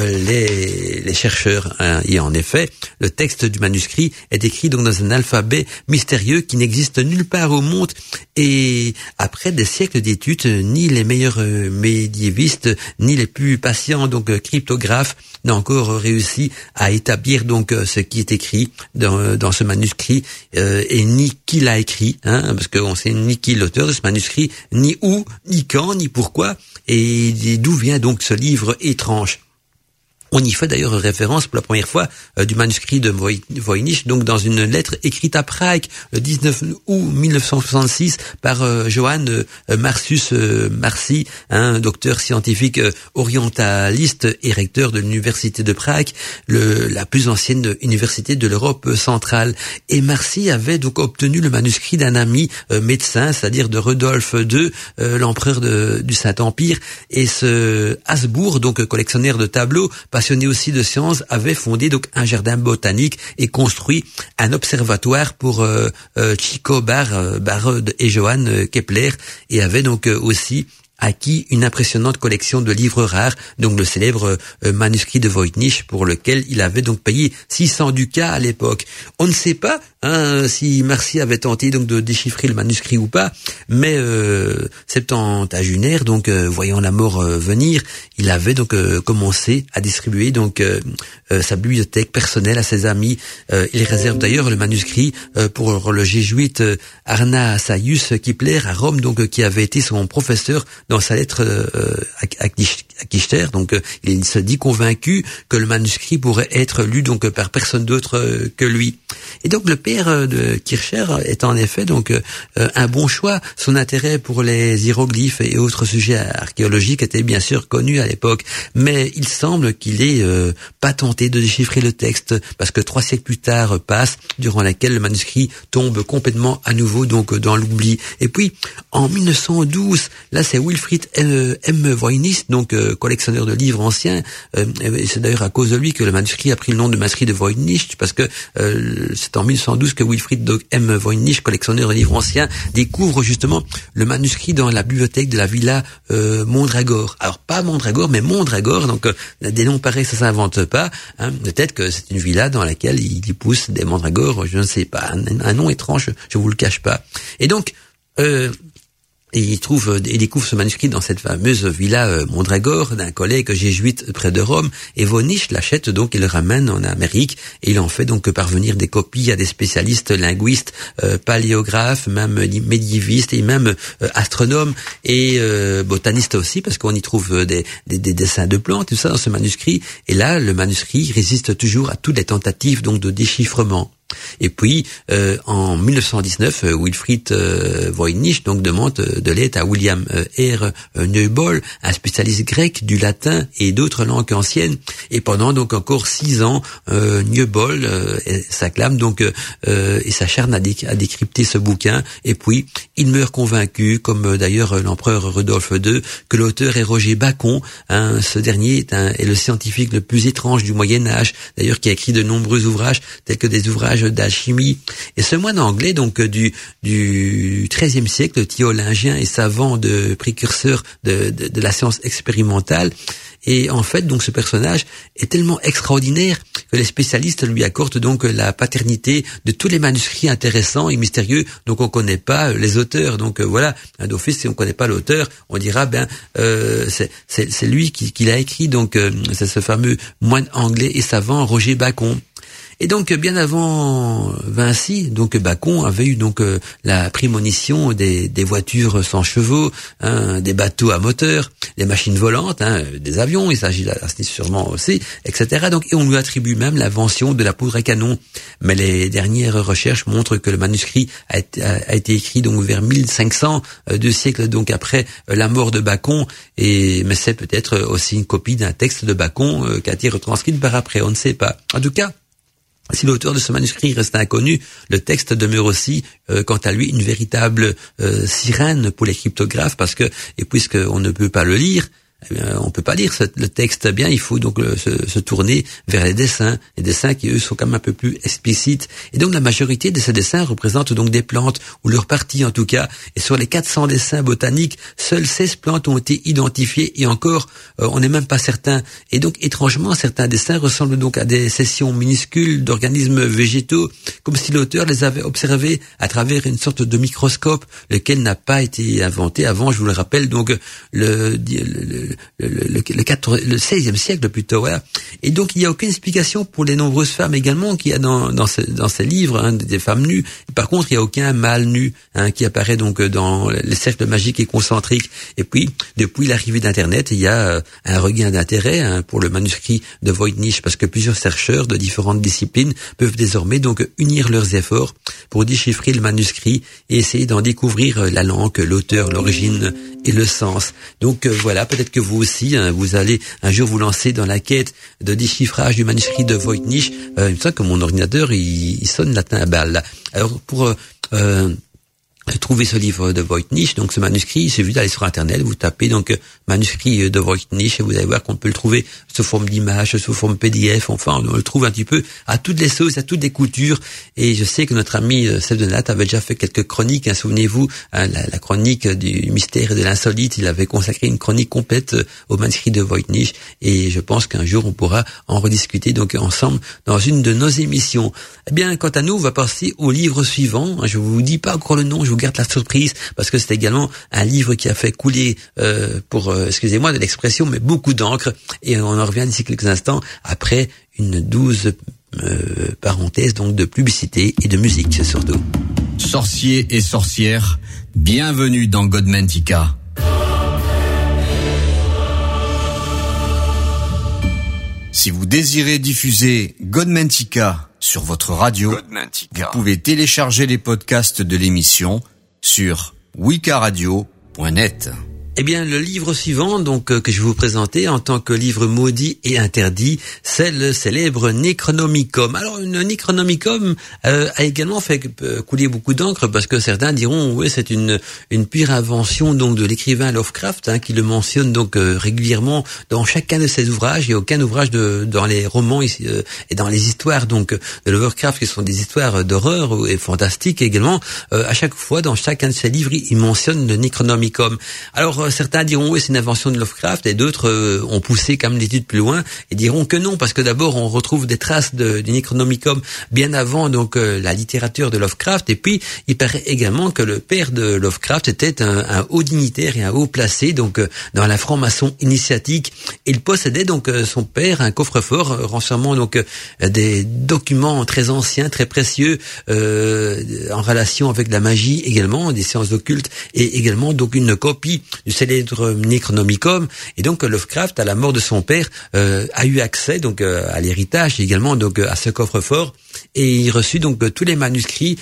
les chercheurs. Et en effet, le texte du manuscrit est écrit donc dans un alphabet mystérieux qui n'existe nulle part au monde, et après des siècles d'études, ni les meilleurs médiévistes ni les plus patients donc cryptographes n'ont encore réussi à établir donc ce qui est écrit dans ce manuscrit, et ni qui l'a écrit, parce qu'on sait ni qui est l'auteur de ce manuscrit, ni où, ni quand, ni pourquoi, et d'où vient donc ce livre étrange. On y fait d'ailleurs référence pour la première fois du manuscrit de Voynich, donc dans une lettre écrite à Prague le 19 août 1966 par Johann Marcius Marci, un docteur scientifique orientaliste et recteur de l'université de Prague, la plus ancienne université de l'Europe centrale. Et Marci avait donc obtenu le manuscrit d'un ami médecin, c'est-à-dire de Rudolf II, l'empereur du Saint-Empire, et ce Habsbourg, donc collectionneur de tableaux, passionné aussi de sciences, avait fondé donc un jardin botanique et construit un observatoire pour Tycho Brahe et Johann Kepler, et avait donc aussi acquis une impressionnante collection de livres rares, donc le célèbre manuscrit de Voynich, pour lequel il avait donc payé 600 ducats à l'époque. On ne sait pas si Marci avait tenté donc de déchiffrer le manuscrit ou pas, mais septentagenaire, donc voyant la mort venir, il avait donc commencé à distribuer donc sa bibliothèque personnelle à ses amis. Il réserve d'ailleurs le manuscrit pour le jésuite Arnasaius Kepler à Rome, donc qui avait été son professeur dans sa lettre à Kichter. Donc il se dit convaincu que le manuscrit pourrait être lu donc par personne d'autre que lui. Et donc le père de Kircher est en effet donc un bon choix. Son intérêt pour les hiéroglyphes et autres sujets archéologiques était bien sûr connu à l'époque, mais il semble qu'il ait pas tenté de déchiffrer le texte, parce que 3 siècles plus tard passent, durant laquelle le manuscrit tombe complètement à nouveau donc dans l'oubli. Et puis en 1912, là c'est Wilfried M. Voynich, donc collectionneur de livres anciens, et c'est d'ailleurs à cause de lui que le manuscrit a pris le nom de manuscrit de Voynich, parce que c'est en 1912 que Wilfried M. Voynich, collectionneur de livres anciens, découvre justement le manuscrit dans la bibliothèque de la villa Mondragor. Alors pas Mondragor, mais Mondragor, donc des noms pareils, ça s'invente pas. Hein. Peut-être que c'est une villa dans laquelle il pousse des mandragores, je ne sais pas, un nom étrange, je vous le cache pas. Et donc et il découvre ce manuscrit dans cette fameuse villa Mondragor d'un collègue jésuite près de Rome, et Voynich l'achète donc et le ramène en Amérique, et il en fait donc parvenir des copies à des spécialistes linguistes, paléographes, même médiévistes et même astronomes et botanistes aussi, parce qu'on y trouve des dessins de plantes, tout ça dans ce manuscrit. Et là, le manuscrit résiste toujours à toutes les tentatives donc de déchiffrement. Et puis en 1919, Wilfried Voynich donc demande de l'aide à William R. Neubohl, un spécialiste grec, du latin et d'autres langues anciennes. Et pendant donc encore 6 ans, Neubohl s'acclame donc et s'acharne à décrypter ce bouquin. Et puis il meurt convaincu, comme d'ailleurs l'empereur Rudolf II, que l'auteur est Roger Bacon. Hein, ce dernier est le scientifique le plus étrange du Moyen Âge, d'ailleurs qui a écrit de nombreux ouvrages tels que des ouvrages d'alchimie. Et ce moine anglais donc du XIIIe siècle, théologien et savant précurseur de la science expérimentale. Et en fait, donc, ce personnage est tellement extraordinaire que les spécialistes lui accordent donc la paternité de tous les manuscrits intéressants et mystérieux. Donc, on connaît pas les auteurs. Donc, voilà, un d'office, si on connaît pas l'auteur, on dira, c'est lui qui l'a écrit. Donc, c'est ce fameux moine anglais et savant Roger Bacon. Et donc bien avant Vinci, donc Bacon avait eu donc la prémonition des voitures sans chevaux, hein, des bateaux à moteur, des machines volantes, hein, des avions, il s'agit là sûrement aussi, etc. Donc et on lui attribue même l'invention de la poudre à canon. Mais les dernières recherches montrent que le manuscrit a été écrit donc vers 1500, 2 siècles donc après la mort de Bacon, mais c'est peut-être aussi une copie d'un texte de Bacon qui a été retranscrit par après, on ne sait pas. En tout cas, si l'auteur de ce manuscrit reste inconnu, le texte demeure aussi, quant à lui, une véritable sirène pour les cryptographes, parce que, et puisqu'on ne peut pas le lire, on peut pas lire le texte bien, il faut donc se tourner vers les dessins qui eux sont quand même un peu plus explicites. Et donc la majorité de ces dessins représentent donc des plantes, ou leur partie en tout cas, et sur les 400 dessins botaniques, seules 16 plantes ont été identifiées, et encore on n'est même pas certain. Et donc étrangement, certains dessins ressemblent donc à des sessions minuscules d'organismes végétaux, comme si l'auteur les avait observés à travers une sorte de microscope, lequel n'a pas été inventé avant, je vous le rappelle, donc le XVIe siècle plutôt, voilà. Et donc il n'y a aucune explication pour les nombreuses femmes également qu'il y a dans ces livres, hein, des femmes nues. Par contre, il n'y a aucun mâle nu, hein, qui apparaît donc dans les cercles magiques et concentriques. Et puis, depuis l'arrivée d'Internet, il y a un regain d'intérêt, hein, pour le manuscrit de Voynich, parce que plusieurs chercheurs de différentes disciplines peuvent désormais donc unir leurs efforts pour déchiffrer le manuscrit et essayer d'en découvrir la langue, l'auteur, l'origine et le sens. Donc voilà, peut-être que vous aussi, hein, vous allez un jour vous lancer dans la quête de déchiffrage du manuscrit de Voynich. Il me semble que mon ordinateur il sonne la timbale. Alors pour trouver ce livre de Voynich, donc ce manuscrit, il suffit d'aller sur Internet, vous tapez donc manuscrit de Voynich et vous allez voir qu'on peut le trouver sous forme d'image, sous forme PDF, enfin on le trouve un petit peu à toutes les sauces, à toutes les coutures. Et je sais que notre ami Seb de Nat avait déjà fait quelques chroniques, hein, souvenez-vous, hein, la chronique du mystère et de l'insolite, il avait consacré une chronique complète au manuscrit de Voynich, et je pense qu'un jour on pourra en rediscuter donc ensemble dans une de nos émissions. Eh bien, quant à nous, on va passer au livre suivant. Je vous dis pas encore le nom, je vous garde la surprise, parce que c'est également un livre qui a fait couler, excusez-moi de l'expression, mais beaucoup d'encre, et on en revient d'ici quelques instants, après une 12 parenthèses donc de publicité et de musique surtout. Sorciers et sorcières, bienvenue dans Godmantica. Si vous désirez diffuser Godmantica sur votre radio, vous pouvez télécharger les podcasts de l'émission sur wikaradio.net. Eh bien, le livre suivant, donc, que je vais vous présenter en tant que livre maudit et interdit, c'est le célèbre Necronomicon. Alors, une Necronomicon a également fait couler beaucoup d'encre parce que certains diront, oui, c'est une pure invention donc de l'écrivain Lovecraft, qui le mentionne donc régulièrement dans chacun de ses ouvrages. Il n'y a aucun ouvrage dans les romans et dans les histoires donc de Lovecraft qui sont des histoires d'horreur et fantastiques également. À chaque fois, dans chacun de ses livres, il mentionne le Necronomicon. Alors certains diront oui, c'est une invention de Lovecraft, et d'autres ont poussé quand même l'étude plus loin et diront que non, parce que d'abord on retrouve des traces du Necronomicon bien avant donc la littérature de Lovecraft, et puis il paraît également que le père de Lovecraft était un haut dignitaire et un haut placé donc dans la franc-maçon initiatique. Il possédait donc son père un coffre-fort renfermant donc des documents très anciens, très précieux en relation avec la magie également, des sciences occultes, et également donc une copie du célèbre Necronomicon. Et donc Lovecraft, à la mort de son père, a eu accès donc à l'héritage également donc à ce coffre-fort, et il reçut donc tous les manuscrits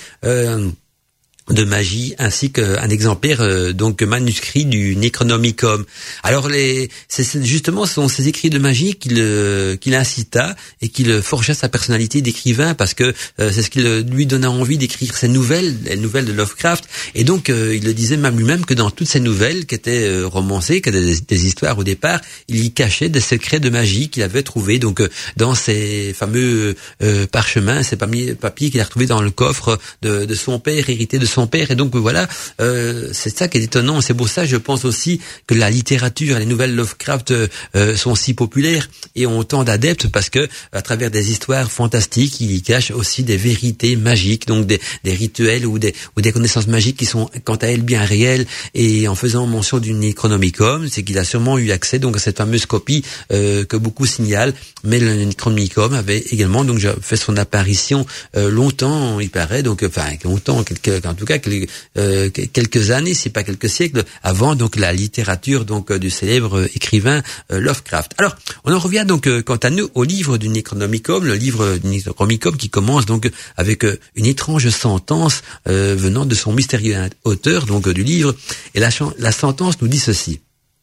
de magie, ainsi qu'un exemplaire donc manuscrit du Necronomicon. Alors justement ce sont ces écrits de magie qu'il incita et qu'il forgea sa personnalité d'écrivain, parce que c'est ce qui lui donna envie d'écrire ses nouvelles, les nouvelles de Lovecraft. Et donc il le disait même lui-même que dans toutes ces nouvelles qui étaient romancées, qui étaient des histoires au départ, il y cachait des secrets de magie qu'il avait trouvés donc dans ces fameux parchemins, ces papiers qu'il a retrouvés dans le coffre de son père, hérité de son père. Et donc voilà, c'est ça qui est étonnant. C'est pour ça, je pense aussi, que la littérature et les nouvelles Lovecraft sont si populaires et ont tant d'adeptes, parce que à travers des histoires fantastiques, il y cache aussi des vérités magiques, donc des rituels ou des connaissances magiques qui sont quant à elles bien réelles. Et en faisant mention du Necronomicon, c'est qu'il a sûrement eu accès donc à cette fameuse copie que beaucoup signalent. Mais le Necronomicon avait également donc fait son apparition longtemps, il paraît, donc enfin longtemps, en tout cas quelques années, si pas quelques siècles, avant donc la littérature donc du célèbre écrivain Lovecraft. Alors, on en revient donc quant à nous au livre du Necronomicon, le livre du Necronomicon qui commence donc avec une étrange sentence venant de son mystérieux auteur donc du livre, et la sentence nous dit ceci: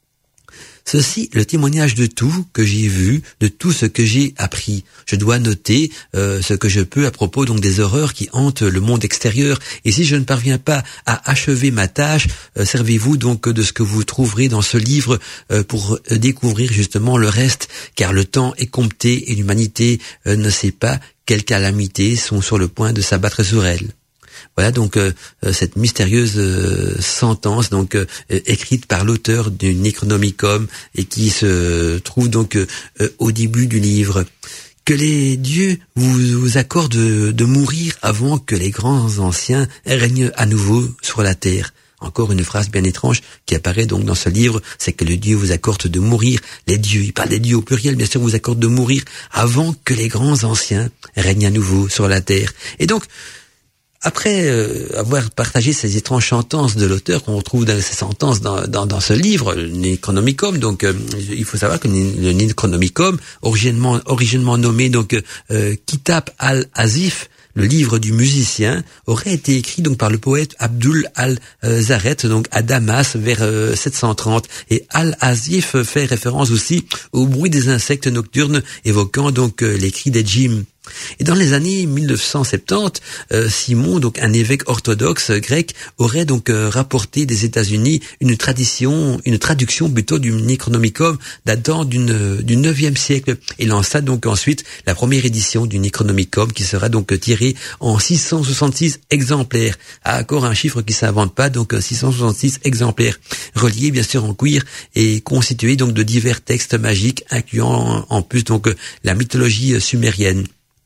ceci, le témoignage de tout que j'ai vu, de tout ce que j'ai appris. Je dois noter ce que je peux à propos donc des horreurs qui hantent le monde extérieur. Et si je ne parviens pas à achever ma tâche, servez-vous donc de ce que vous trouverez dans ce livre pour découvrir justement le reste, car le temps est compté et l'humanité ne sait pas quelles calamités sont sur le point de s'abattre sur elle. Voilà donc cette mystérieuse sentence donc écrite par l'auteur du Necronomicon, et qui se trouve donc au début du livre. Que les dieux vous accordent de mourir avant que les grands anciens règnent à nouveau sur la terre. Encore une phrase bien étrange qui apparaît donc dans ce livre, c'est que le Dieu vous accorde de mourir. Les dieux, il parle des dieux au pluriel, bien sûr, vous accorde de mourir avant que les grands anciens règnent à nouveau sur la terre. Et donc, après avoir partagé ces étranges sentences de l'auteur qu'on retrouve dans ces sentences dans ce livre, le Necronomicon, donc il faut savoir que le Necronomicon, originellement nommé donc Kitab al-Azif, le livre du musicien, aurait été écrit donc par le poète Abdul al-Zaret donc à Damas vers 730, et al-Azif fait référence aussi au bruit des insectes nocturnes, évoquant donc les cris des djinns. Et dans les années 1970, Simon, donc un évêque orthodoxe grec, aurait donc rapporté des États-Unis une traduction plutôt du Necronomicon datant du 9e siècle, et lança donc ensuite la première édition du Necronomicon, qui sera donc tirée en 666 exemplaires. Encore un chiffre qui s'invente pas, donc 666 exemplaires, reliés bien sûr en cuir et constitués donc de divers textes magiques, incluant en plus donc la mythologie sumérienne.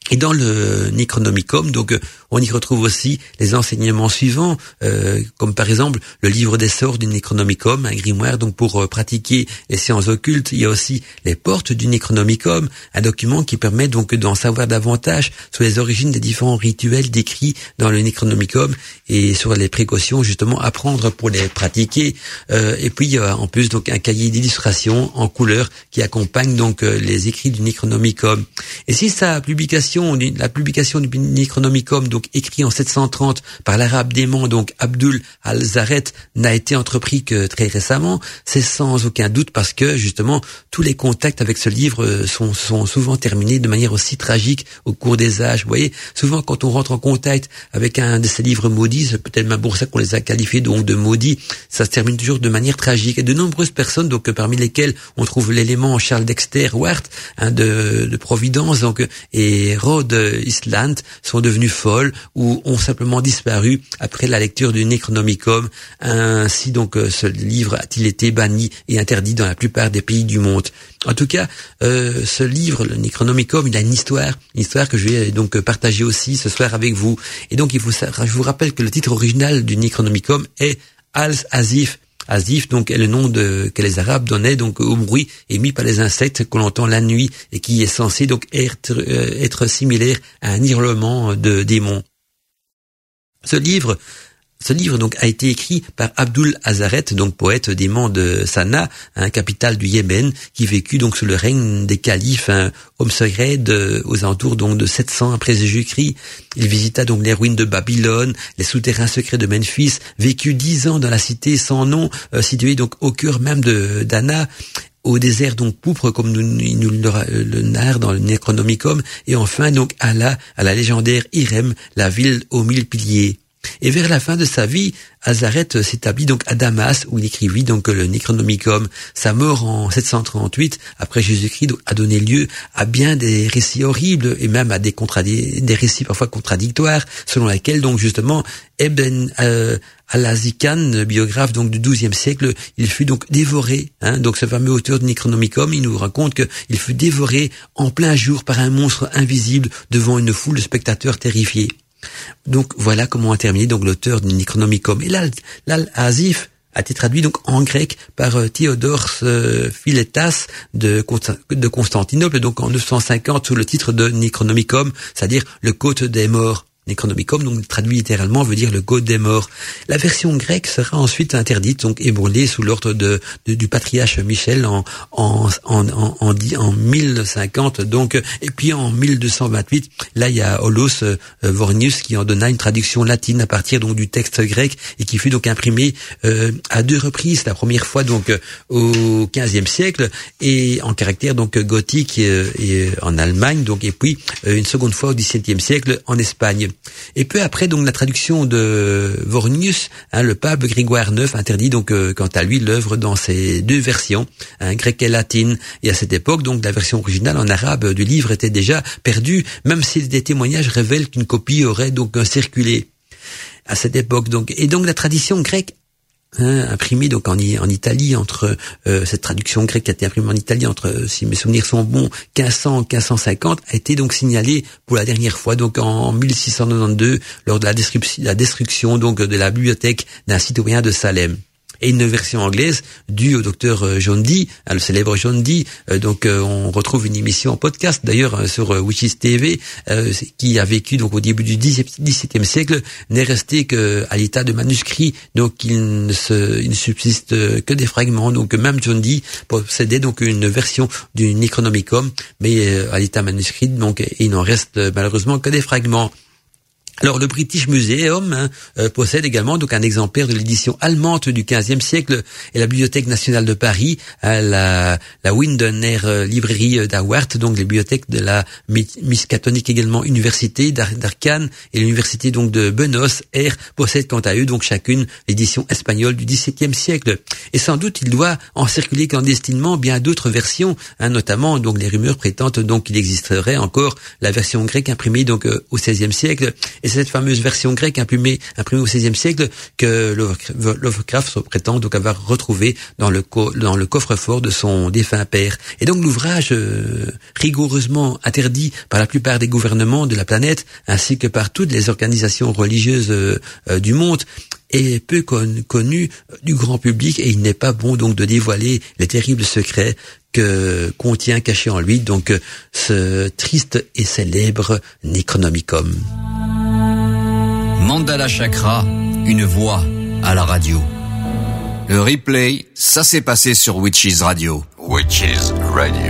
Et dans le Necronomicon, donc on y retrouve aussi les enseignements suivants, comme par exemple le livre des sorts du Necronomicon, un grimoire donc pour pratiquer les sciences occultes. Il y a aussi les portes du Necronomicon, un document qui permet donc d'en savoir davantage sur les origines des différents rituels décrits dans le Necronomicon et sur les précautions justement à prendre pour les pratiquer. Et puis il y a en plus donc un cahier d'illustration en couleur qui accompagne donc les écrits du Necronomicon. Et si la publication du Necronomicon, donc écrit en 730 par l'arabe dément, donc Abdul al-Zaret, n'a été entrepris que très récemment, c'est sans aucun doute parce que justement tous les contacts avec ce livre sont souvent terminés de manière aussi tragique au cours des âges. Vous voyez, souvent quand on rentre en contact avec un de ces livres maudits, c'est peut-être même pour ça qu'on les a qualifiés donc de maudits, ça se termine toujours de manière tragique. Et de nombreuses personnes, donc parmi lesquelles on trouve l'élément Charles Dexter Ward, de Providence, donc et Rhode Island, sont devenues folles ou ont simplement disparu après la lecture du Necronomicon. Ainsi donc ce livre a-t-il été banni et interdit dans la plupart des pays du monde. En tout cas, ce livre, le Necronomicon, il a une histoire que je vais donc partager aussi ce soir avec vous. Et donc je vous rappelle que le titre original du Necronomicon est Al-Azif. Azif, donc, est le nom que les Arabes donnaient donc au bruit émis par les insectes qu'on entend la nuit et qui est censé donc être similaire à un hurlement de démons. Ce livre donc a été écrit par Abdul al-Zaret, donc poète dément de Sanaa, capitale du Yémen, qui vécut donc sous le règne des califes, homme secret aux alentours donc de 700 après Jésus-Christ. Il visita donc les ruines de Babylone, les souterrains secrets de Memphis, vécut 10 ans dans la cité sans nom, située donc au cœur même d'Anna, au désert donc pourpre comme il nous le narre dans le Necronomicon, et enfin donc à la légendaire Irem, la ville aux 1000 piliers. Et vers la fin de sa vie, Al-Zaret s'établit donc à Damas où il écrivit donc le Necronomicon. Sa mort en 738 après Jésus-Christ a donné lieu à bien des récits horribles et même à des récits parfois contradictoires selon lesquels donc justement Ibn al-Azikan, biographe donc du XIIe siècle, il fut donc dévoré. Donc ce fameux auteur du Necronomicon, il nous raconte qu'il fut dévoré en plein jour par un monstre invisible devant une foule de spectateurs terrifiés. Donc voilà comment a terminé donc l'auteur du Necronomicon. Et l'Al-Azif a été traduit donc en grec par Théodore Philétas de Constantinople, donc en 950 sous le titre de Necronomicon, c'est-à-dire le Côte des morts. Necronomicon, donc traduit littéralement, veut dire le Côte des morts. La version grecque sera ensuite interdite, donc ébranlée sous l'ordre du patriarche Michel en 1050, donc, et puis en 1228, là il y a Olos Vornius qui en donna une traduction latine à partir donc du texte grec et qui fut donc imprimé à 2 reprises. La première fois donc au XVe siècle et en caractère donc gothique et en Allemagne, donc, et puis une seconde fois au XVIIe siècle en Espagne. Et peu après, donc, la traduction de Vornius, le pape Grégoire IX interdit donc, quant à lui, l'œuvre dans ses 2 versions, grecque et latine. Et à cette époque, donc, la version originale en arabe du livre était déjà perdue, même si des témoignages révèlent qu'une copie aurait donc circulé à cette époque. Donc, et donc, la tradition grecque imprimé donc en Italie entre cette traduction grecque qui a été imprimée en Italie entre, si mes souvenirs sont bons, 1500-1550, a été donc signalée pour la dernière fois donc en 1692 lors de la destruction donc de la bibliothèque d'un citoyen de Salem. Et une version anglaise due au docteur John Dee, le célèbre John Dee. Donc on retrouve une émission en podcast d'ailleurs sur Witches TV qui a vécu donc au début du XVIIe siècle, n'est resté que à l'état de manuscrit, donc il ne subsiste que des fragments. Donc même John Dee possédait donc une version du Necronomicon, mais à l'état manuscrit, donc il n'en reste malheureusement que des fragments. Alors le British Museum possède également donc un exemplaire de l'édition allemande du XVe siècle et la Bibliothèque nationale de Paris, la Windener librairie d'Howard, donc les bibliothèques de la Miskatonic également Université d'Arkane et l'Université donc de Buenos Aires possèdent quant à eux donc chacune l'édition espagnole du XVIIe siècle. Et sans doute il doit en circuler clandestinement bien d'autres versions, notamment donc les rumeurs prétendent donc qu'il existerait encore la version grecque imprimée donc au XVIe siècle. Et c'est cette fameuse version grecque imprimée au XVIe siècle que Lovecraft se prétend donc avoir retrouvé dans le coffre-fort de son défunt père. Et donc l'ouvrage, rigoureusement interdit par la plupart des gouvernements de la planète, ainsi que par toutes les organisations religieuses du monde, est peu connu du grand public, et il n'est pas bon donc de dévoiler les terribles secrets que contient caché en lui donc ce triste et célèbre Necronomicon. Mandala Chakra, une voix à la radio. Le replay, ça s'est passé sur Witches Radio. Witches Radio.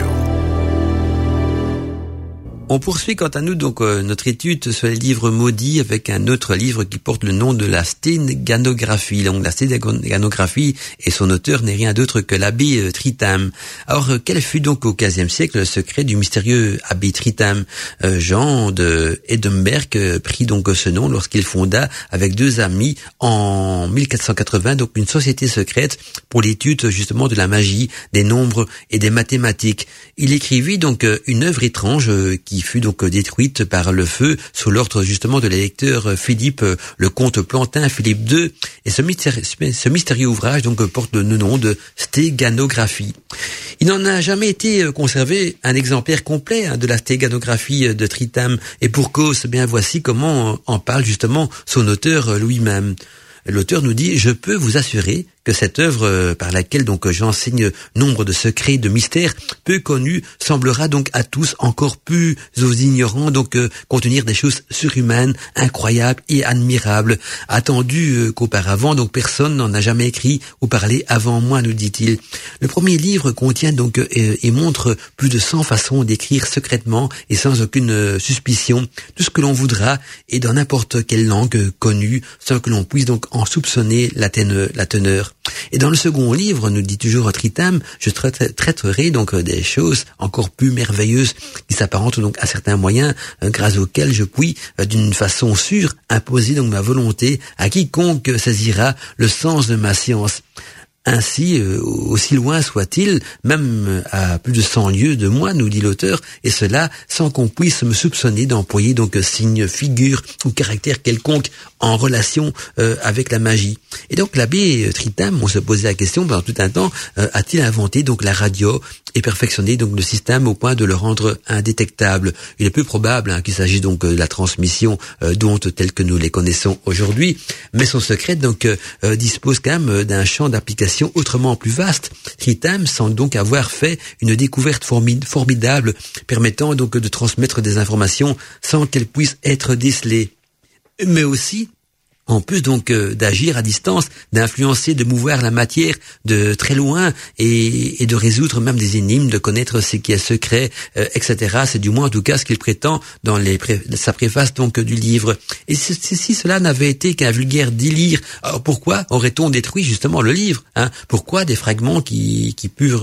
On poursuit quant à nous donc notre étude sur les livres maudits avec un autre livre qui porte le nom de la Sténoganographie. Donc la Sténoganographie et son auteur n'est rien d'autre que l'abbé Tritam. Alors quel fut donc au XVe siècle le secret du mystérieux abbé Tritam? Jean de Edemberg prit donc ce nom lorsqu'il fonda avec deux amis en 1480 donc une société secrète pour l'étude justement de la magie, des nombres et des mathématiques. Il écrivit donc une œuvre étrange qui fut donc détruite par le feu sous l'ordre justement de l'électeur Philippe, le comte Plantin Philippe II, et ce mystérieux ouvrage donc porte le nom de Stéganographie. Il n'en a jamais été conservé un exemplaire complet de la Stéganographie de Tritam, et pour cause, bien voici comment en parle justement son auteur lui-même. L'auteur nous dit: je peux vous assurer que cette œuvre par laquelle donc j'enseigne nombre de secrets, de mystères peu connus, semblera donc à tous encore plus aux ignorants donc contenir des choses surhumaines, incroyables et admirables, attendu qu'auparavant donc personne n'en a jamais écrit ou parlé avant moi, nous dit-il. Le premier livre contient donc et montre plus de 100 façons d'écrire secrètement et sans aucune suspicion tout ce que l'on voudra et dans n'importe quelle langue connue sans que l'on puisse donc en soupçonner la teneur. Et dans le second livre, nous dit toujours Tritam, je traiterai donc des choses encore plus merveilleuses qui s'apparentent donc à certains moyens grâce auxquels je puis d'une façon sûre imposer donc ma volonté à quiconque saisira le sens de ma science. Ainsi, aussi loin soit-il, même à plus de 100 lieues de moi, nous dit l'auteur, et cela sans qu'on puisse me soupçonner d'employer donc signe, figure ou caractère quelconque en relation avec la magie. Et donc l'abbé Tritam, on se posait la question pendant tout un temps, a-t-il inventé donc la radio et perfectionné donc le système au point de le rendre indétectable? Il est peu probable qu'il s'agisse donc de la transmission d'ondes telles que nous les connaissons aujourd'hui, mais son secret donc dispose quand même d'un champ d'application autrement plus vaste. Tritam semble donc avoir fait une découverte formidable permettant donc de transmettre des informations sans qu'elles puissent être décelées, mais aussi en plus donc d'agir à distance, d'influencer, de mouvoir la matière de très loin et de résoudre même des énigmes, de connaître ce qui est secret, etc. C'est du moins en tout cas ce qu'il prétend dans sa préface donc du livre. Et si cela n'avait été qu'un vulgaire délire, alors pourquoi aurait-on détruit justement le livre, Pourquoi des fragments qui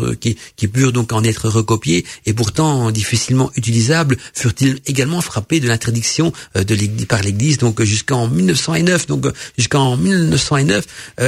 purent donc en être recopiés et pourtant difficilement utilisables furent-ils également frappés de l'interdiction par l'Église donc jusqu'en 1909. Donc jusqu'en 1909,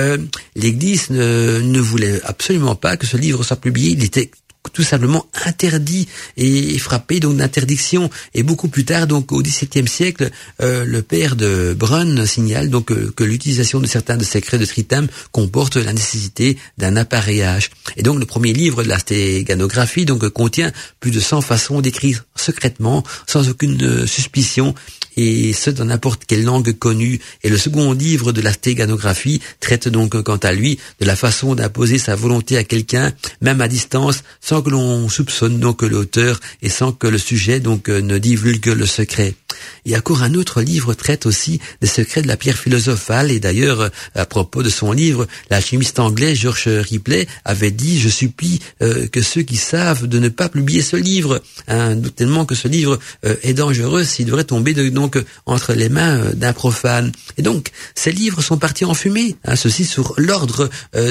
l'Église ne voulait absolument pas que ce livre soit publié. Il était tout simplement interdit et frappé donc d'interdiction. Et beaucoup plus tard, donc au XVIIe siècle, le père de Brunn signale donc que l'utilisation de certains de secrets de Tritam comporte la nécessité d'un appareillage. Et donc le premier livre de la Stéganographie donc contient plus de 100 façons d'écrire secrètement, sans aucune suspicion, et ce dans n'importe quelle langue connue. Et le second livre de la Stéganographie traite donc quant à lui de la façon d'imposer sa volonté à quelqu'un, même à distance, sans que l'on soupçonne donc l'auteur et sans que le sujet donc ne divulgue le secret. Il y a encore un autre livre traite aussi des secrets de la pierre philosophale, et d'ailleurs à propos de son livre, l'alchimiste anglais George Ripley avait dit: je supplie que ceux qui savent de ne pas publier ce livre, tellement que ce livre est dangereux s'il devrait tomber donc entre les mains d'un profane. Et donc ces livres sont partis en fumée, ceci sur l'ordre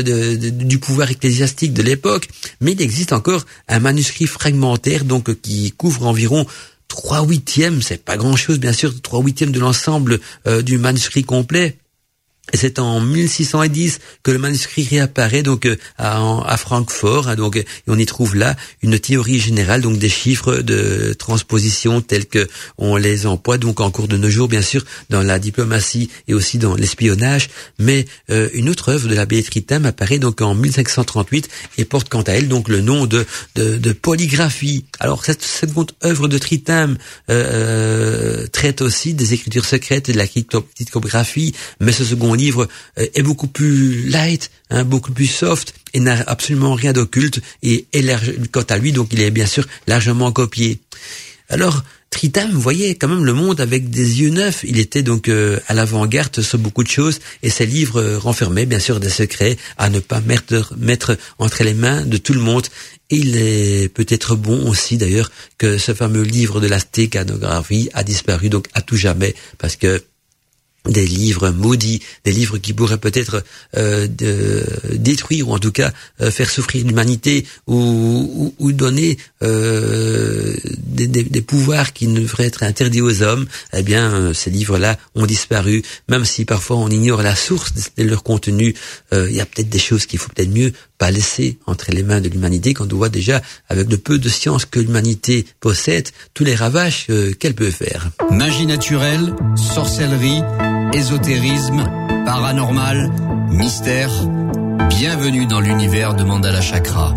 du pouvoir ecclésiastique de l'époque, mais il existe encore un manuscrit fragmentaire donc qui couvre environ 3/8, c'est pas grand chose bien sûr, 3/8 de l'ensemble du manuscrit complet. Et c'est en 1610 que le manuscrit réapparaît donc à Francfort, hein, donc et on y trouve là une théorie générale donc des chiffres de transposition tels que on les emploie donc en cours de nos jours, bien sûr dans la diplomatie et aussi dans l'espionnage. Mais une autre œuvre de l'abbé Trithème apparaît donc en 1538 et porte quant à elle donc le nom de polygraphie. Alors cette seconde œuvre de Trithème traite aussi des écritures secrètes et de la cryptographie, mais ce second livre est beaucoup plus light, hein, beaucoup plus soft et n'a absolument rien d'occulte et quant à lui donc il est bien sûr largement copié. Alors Trithème voyait quand même le monde avec des yeux neufs. Il était donc à l'avant-garde sur beaucoup de choses et ses livres renfermaient bien sûr des secrets à ne pas mettre entre les mains de tout le monde. Et il est peut-être bon aussi d'ailleurs que ce fameux livre de la stécanographie a disparu donc à tout jamais, parce que des livres maudits, des livres qui pourraient peut-être détruire ou en tout cas faire souffrir l'humanité ou donner des pouvoirs qui ne devraient être interdits aux hommes, eh bien ces livres-là ont disparu, même si parfois on ignore la source de leur contenu. Il y a peut-être des choses qu'il faut peut-être mieux pas laisser entre les mains de l'humanité quand on voit déjà avec le peu de science que l'humanité possède tous les ravages qu'elle peut faire. Magie naturelle, sorcellerie, ésotérisme, paranormal, mystère. Bienvenue dans l'univers de Mandala Chakra.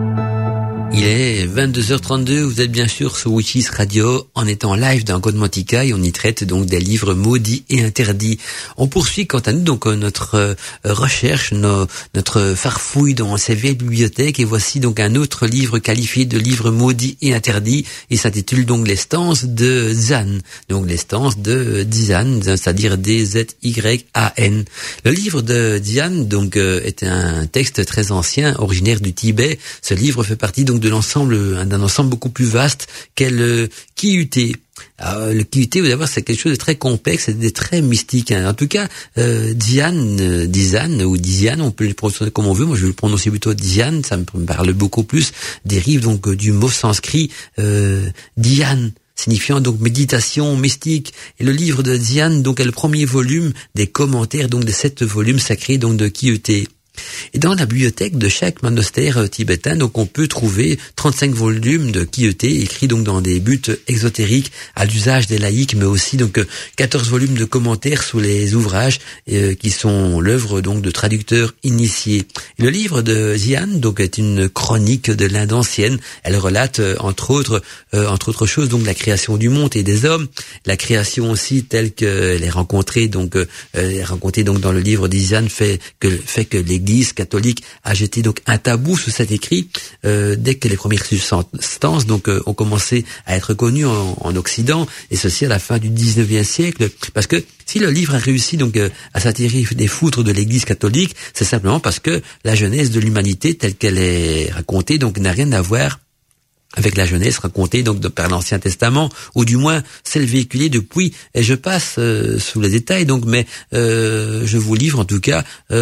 Il est 22h32, vous êtes bien sûr sur Witches Radio, en étant live dans Godmantica et on y traite donc des livres maudits et interdits. On poursuit quant à nous donc notre recherche, notre farfouille dans ces vieilles bibliothèques et voici donc un autre livre qualifié de livre maudit et interdit. Il s'intitule donc Les Stances de Dzyan. Donc Les Stances de Dzyan, c'est-à-dire D-Z-Y-A-N. Le livre de Dzyan donc est un texte très ancien, originaire du Tibet. Ce livre fait partie donc d'un ensemble beaucoup plus vaste qu'est le Kyuté. Alors, le Kyuté, vous allez voir, c'est quelque chose de très complexe et de très mystique. Hein. En tout cas, Dzyan, ou Dzyan, on peut le prononcer comme on veut. Moi, je vais le prononcer plutôt Dzyan, ça me parle beaucoup plus. Dérive donc du mot sanskrit Dhyan, signifiant donc méditation mystique. Et le livre de Dzyan donc est le premier volume des commentaires donc de 7 volumes sacrés donc de Kyuté. Et dans la bibliothèque de chaque monastère tibétain, donc on peut trouver 35 volumes de Kyuté écrits donc dans des buts ésotériques à l'usage des laïcs, mais aussi donc 14 volumes de commentaires sous les ouvrages qui sont l'œuvre donc de traducteurs initiés. Et le livre de Dzyan donc est une chronique de l'Inde ancienne. Elle relate entre autres choses donc la création du monde et des hommes, la création aussi telle qu'elle est racontée donc dans le livre de Dzyan fait que l'Église catholique a jeté donc un tabou sur cet écrit dès que les premières substances donc ont commencé à être connues en Occident, et ceci à la fin du 19e siècle. Parce que si le livre a réussi donc à s'attirer des foudres de l'Église catholique, c'est simplement parce que la genèse de l'humanité telle qu'elle est racontée donc n'a rien à voir avec la jeunesse racontée donc par l'Ancien Testament, ou du moins celle véhiculée depuis. Et je passe sous les détails donc, mais je vous livre en tout cas tout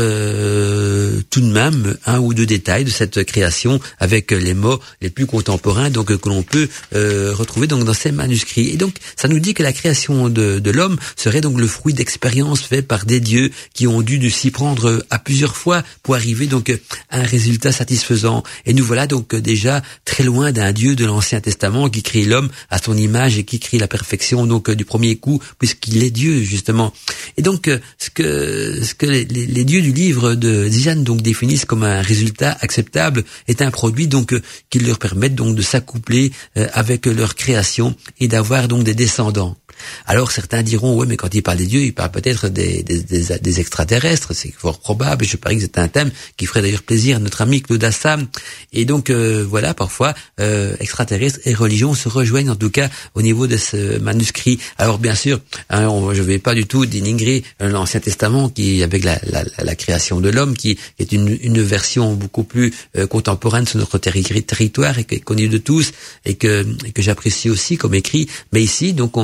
de même un ou deux détails de cette création avec les mots les plus contemporains donc que l'on peut retrouver donc dans ces manuscrits. Et donc ça nous dit que la création de l'homme serait donc le fruit d'expériences faites par des dieux qui ont dû s'y prendre à plusieurs fois pour arriver donc à un résultat satisfaisant. Et nous voilà donc déjà très loin d'un Dieu de l'Ancien Testament qui crée l'homme à son image et qui crée la perfection donc du premier coup, puisqu'il est Dieu justement. Et donc ce que les dieux du livre de Dzyan donc définissent comme un résultat acceptable est un produit donc qui leur permettent donc de s'accoupler avec leur création et d'avoir donc des descendants. Alors certains diront ouais, mais quand il parle des dieux, il parle peut-être des extraterrestres. C'est fort probable. Je parie que c'est un thème qui ferait d'ailleurs plaisir à notre ami Claude Assam. Et donc voilà, parfois extraterrestres et religion se rejoignent en tout cas au niveau de ce manuscrit. Alors bien sûr, je vais pas du tout dénigrer l'Ancien Testament qui avec la création de l'homme qui est une version beaucoup plus contemporaine sur notre territoire et qui est connue de tous et que j'apprécie aussi comme écrit. Mais ici donc on a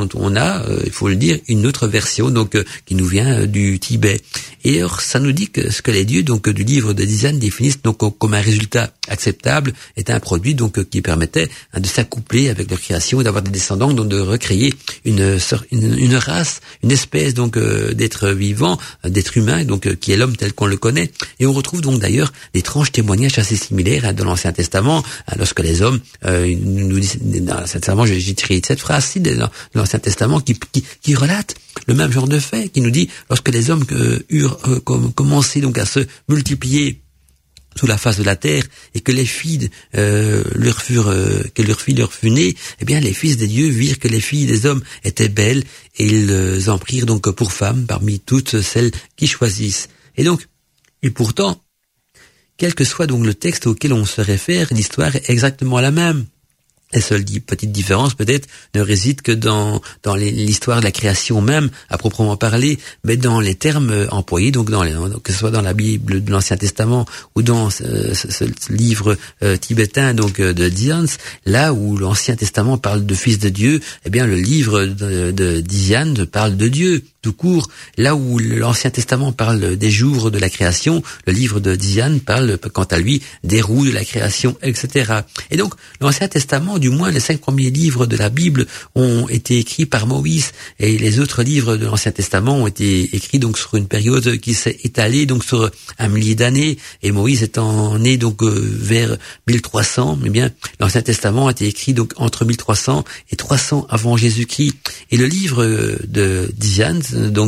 a, il faut le dire, une autre version donc qui nous vient du Tibet. Et alors, ça nous dit que ce que les dieux donc du livre de Dzyan définissent donc comme un résultat acceptable est un produit donc qui permettait de s'accoupler avec leur création et d'avoir des descendants, donc de recréer une race, une espèce donc d'êtres vivants, d'êtres humains donc qui est l'homme tel qu'on le connaît. Et on retrouve donc d'ailleurs d'étranges témoignages assez similaires dans l'Ancien Testament, lorsque les hommes nous disent dans l'Ancien Testament, j'ai tiré cette phrase-ci de l'Ancien Testament qui relate le même genre de fait, qui nous dit lorsque les hommes eurent commencé donc à se multiplier sous la face de la terre et que les filles leur fut née, eh bien les fils des dieux virent que les filles des hommes étaient belles et ils en prirent donc pour femmes parmi toutes celles qui choisissent. Et pourtant, quel que soit donc le texte auquel on se réfère, l'histoire est exactement la même. La seule petite différence peut-être ne réside que dans l'histoire de la création même, à proprement parler, mais dans les termes employés, donc que ce soit dans la Bible de l'Ancien Testament ou dans ce livre tibétain donc de Dzyan, là où l'Ancien Testament parle de fils de Dieu, eh bien le livre de Dzyan parle de Dieu tout court. Là où l'Ancien Testament parle des jours de la création, le livre de Dzyan parle quant à lui des roues de la création, etc. Et donc l'Ancien Testament, du moins les 5 premiers livres de la Bible, ont été écrits par Moïse, et les autres livres de l'Ancien Testament ont été écrits donc sur une période qui s'est étalée donc sur 1 millier d'années. Et Moïse étant né donc vers 1300, eh bien l'Ancien Testament a été écrit donc entre 1300 et 300 avant Jésus-Christ. Et le livre de Dzyan,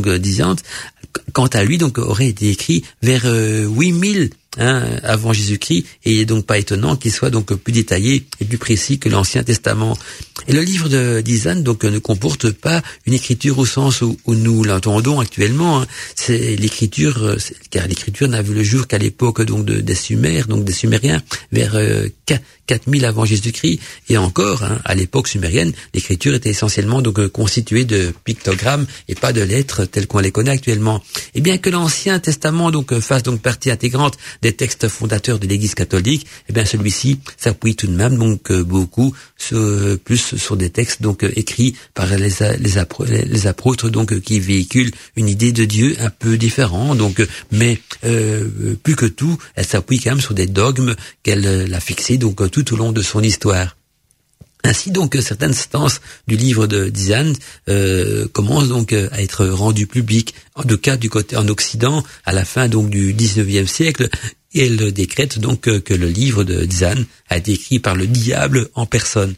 quant à lui donc aurait été écrit vers 8000 avant Jésus-Christ, et il est donc pas étonnant qu'il soit donc plus détaillé et plus précis que l'Ancien Testament. Et le livre de Dzyan donc ne comporte pas une écriture au sens où nous l'entendons actuellement. C'est l'écriture, car l'écriture n'a vu le jour qu'à l'époque donc des Sumériens, donc des Sumériens, vers 4000 avant Jésus-Christ, et encore à l'époque sumérienne, l'écriture était essentiellement donc constituée de pictogrammes et pas de lettres telles qu'on les connaît actuellement. Et bien que l'Ancien Testament donc fasse donc partie intégrante des textes fondateurs de l'Église catholique, eh bien celui-ci s'appuie tout de même donc beaucoup plus sur des textes donc écrits par les apôtres donc qui véhiculent une idée de Dieu un peu différente, donc mais plus que tout, elle s'appuie quand même sur des dogmes qu'elle a fixés donc tout au long de son histoire. Ainsi donc certaines instances du livre de Dzyan commencent donc à être rendues publiques, en tout cas du côté en Occident, à la fin donc du 19e siècle, et elle décrète donc que le livre de Dzyan a été écrit par le diable en personne.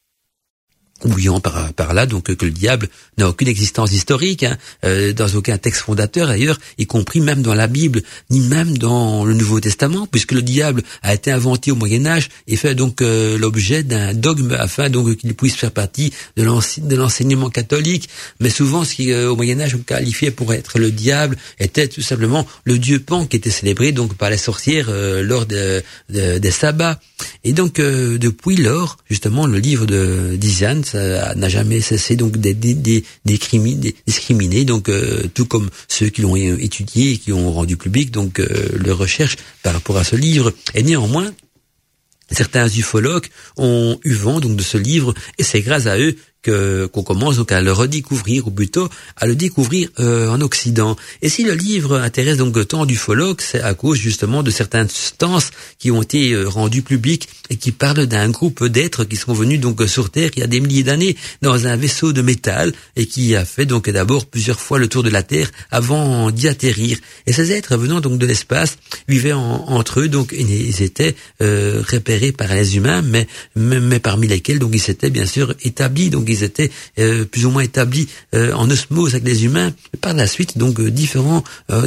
Oubliant par là donc que le diable n'a aucune existence historique, dans aucun texte fondateur d'ailleurs, y compris même dans la Bible, ni même dans le Nouveau Testament, puisque le diable a été inventé au Moyen-Âge et fait donc l'objet d'un dogme afin donc qu'il puisse faire partie de l'enseignement catholique. Mais souvent, ce qui au Moyen-Âge on qualifiait pour être le diable était tout simplement le dieu Pan, qui était célébré donc par les sorcières lors des sabbats. Et donc depuis lors, justement, le livre de Dzyan n'a jamais cessé donc d'être discriminé, donc tout comme ceux qui l'ont étudié et qui ont rendu public donc leurs recherches par rapport à ce livre. Et néanmoins, certains ufologues ont eu vent donc de ce livre, et c'est grâce à eux qu'on commence donc à le redécouvrir, ou plutôt à le découvrir en Occident. Et si le livre intéresse donc tant d'ufologues, c'est à cause justement de certaines instances qui ont été rendues publiques et qui parlent d'un groupe d'êtres qui sont venus donc sur Terre il y a des milliers d'années dans un vaisseau de métal, et qui a fait donc d'abord plusieurs fois le tour de la Terre avant d'y atterrir. Et ces êtres venant donc de l'espace vivaient entre eux, donc ils étaient repérés par les humains, mais parmi lesquels donc ils s'étaient bien sûr établis, donc ils étaient plus ou moins établis en osmose avec les humains. Par la suite, donc différences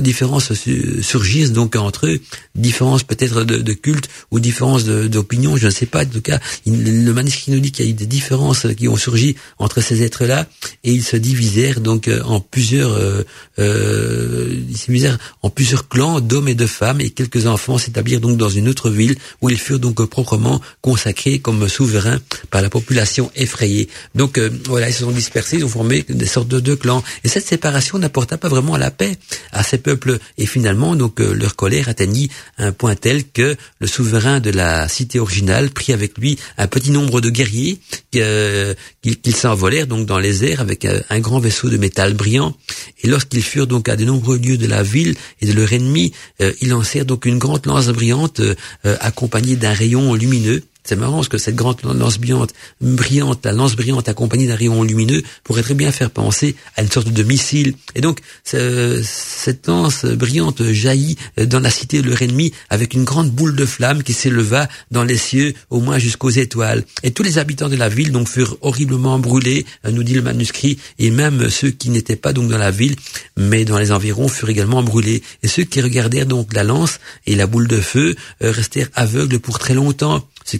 surgissent donc entre eux, différences peut-être de culte ou différences d'opinion, je ne sais pas. En tout cas, le manuscrit nous dit qu'il y a eu des différences qui ont surgi entre ces êtres-là, et ils se divisèrent donc en plusieurs clans d'hommes et de femmes, et quelques enfants s'établirent donc dans une autre ville où ils furent donc proprement consacrés comme souverains par la population effrayée. Donc donc voilà, ils se sont dispersés, ils ont formé des sortes de deux clans. Et cette séparation n'apporta pas vraiment la paix à ces peuples. Et finalement, donc leur colère atteignit un point tel que le souverain de la cité originale prit avec lui un petit nombre de guerriers qu'ils s'envolèrent donc dans les airs avec un grand vaisseau de métal brillant. Et lorsqu'ils furent donc à de nombreux lieux de la ville et de leur ennemi, ils lancèrent donc une grande lance brillante accompagnée d'un rayon lumineux. C'est marrant parce que cette grande lance brillante, la lance brillante accompagnée d'un rayon lumineux pourrait très bien faire penser à une sorte de missile. Et donc, cette lance brillante jaillit dans la cité de leur ennemi avec une grande boule de flamme qui s'éleva dans les cieux, au moins jusqu'aux étoiles. Et tous les habitants de la ville donc furent horriblement brûlés, nous dit le manuscrit, et même ceux qui n'étaient pas donc dans la ville, mais dans les environs, furent également brûlés. Et ceux qui regardèrent donc la lance et la boule de feu restèrent aveugles pour très longtemps. Ceux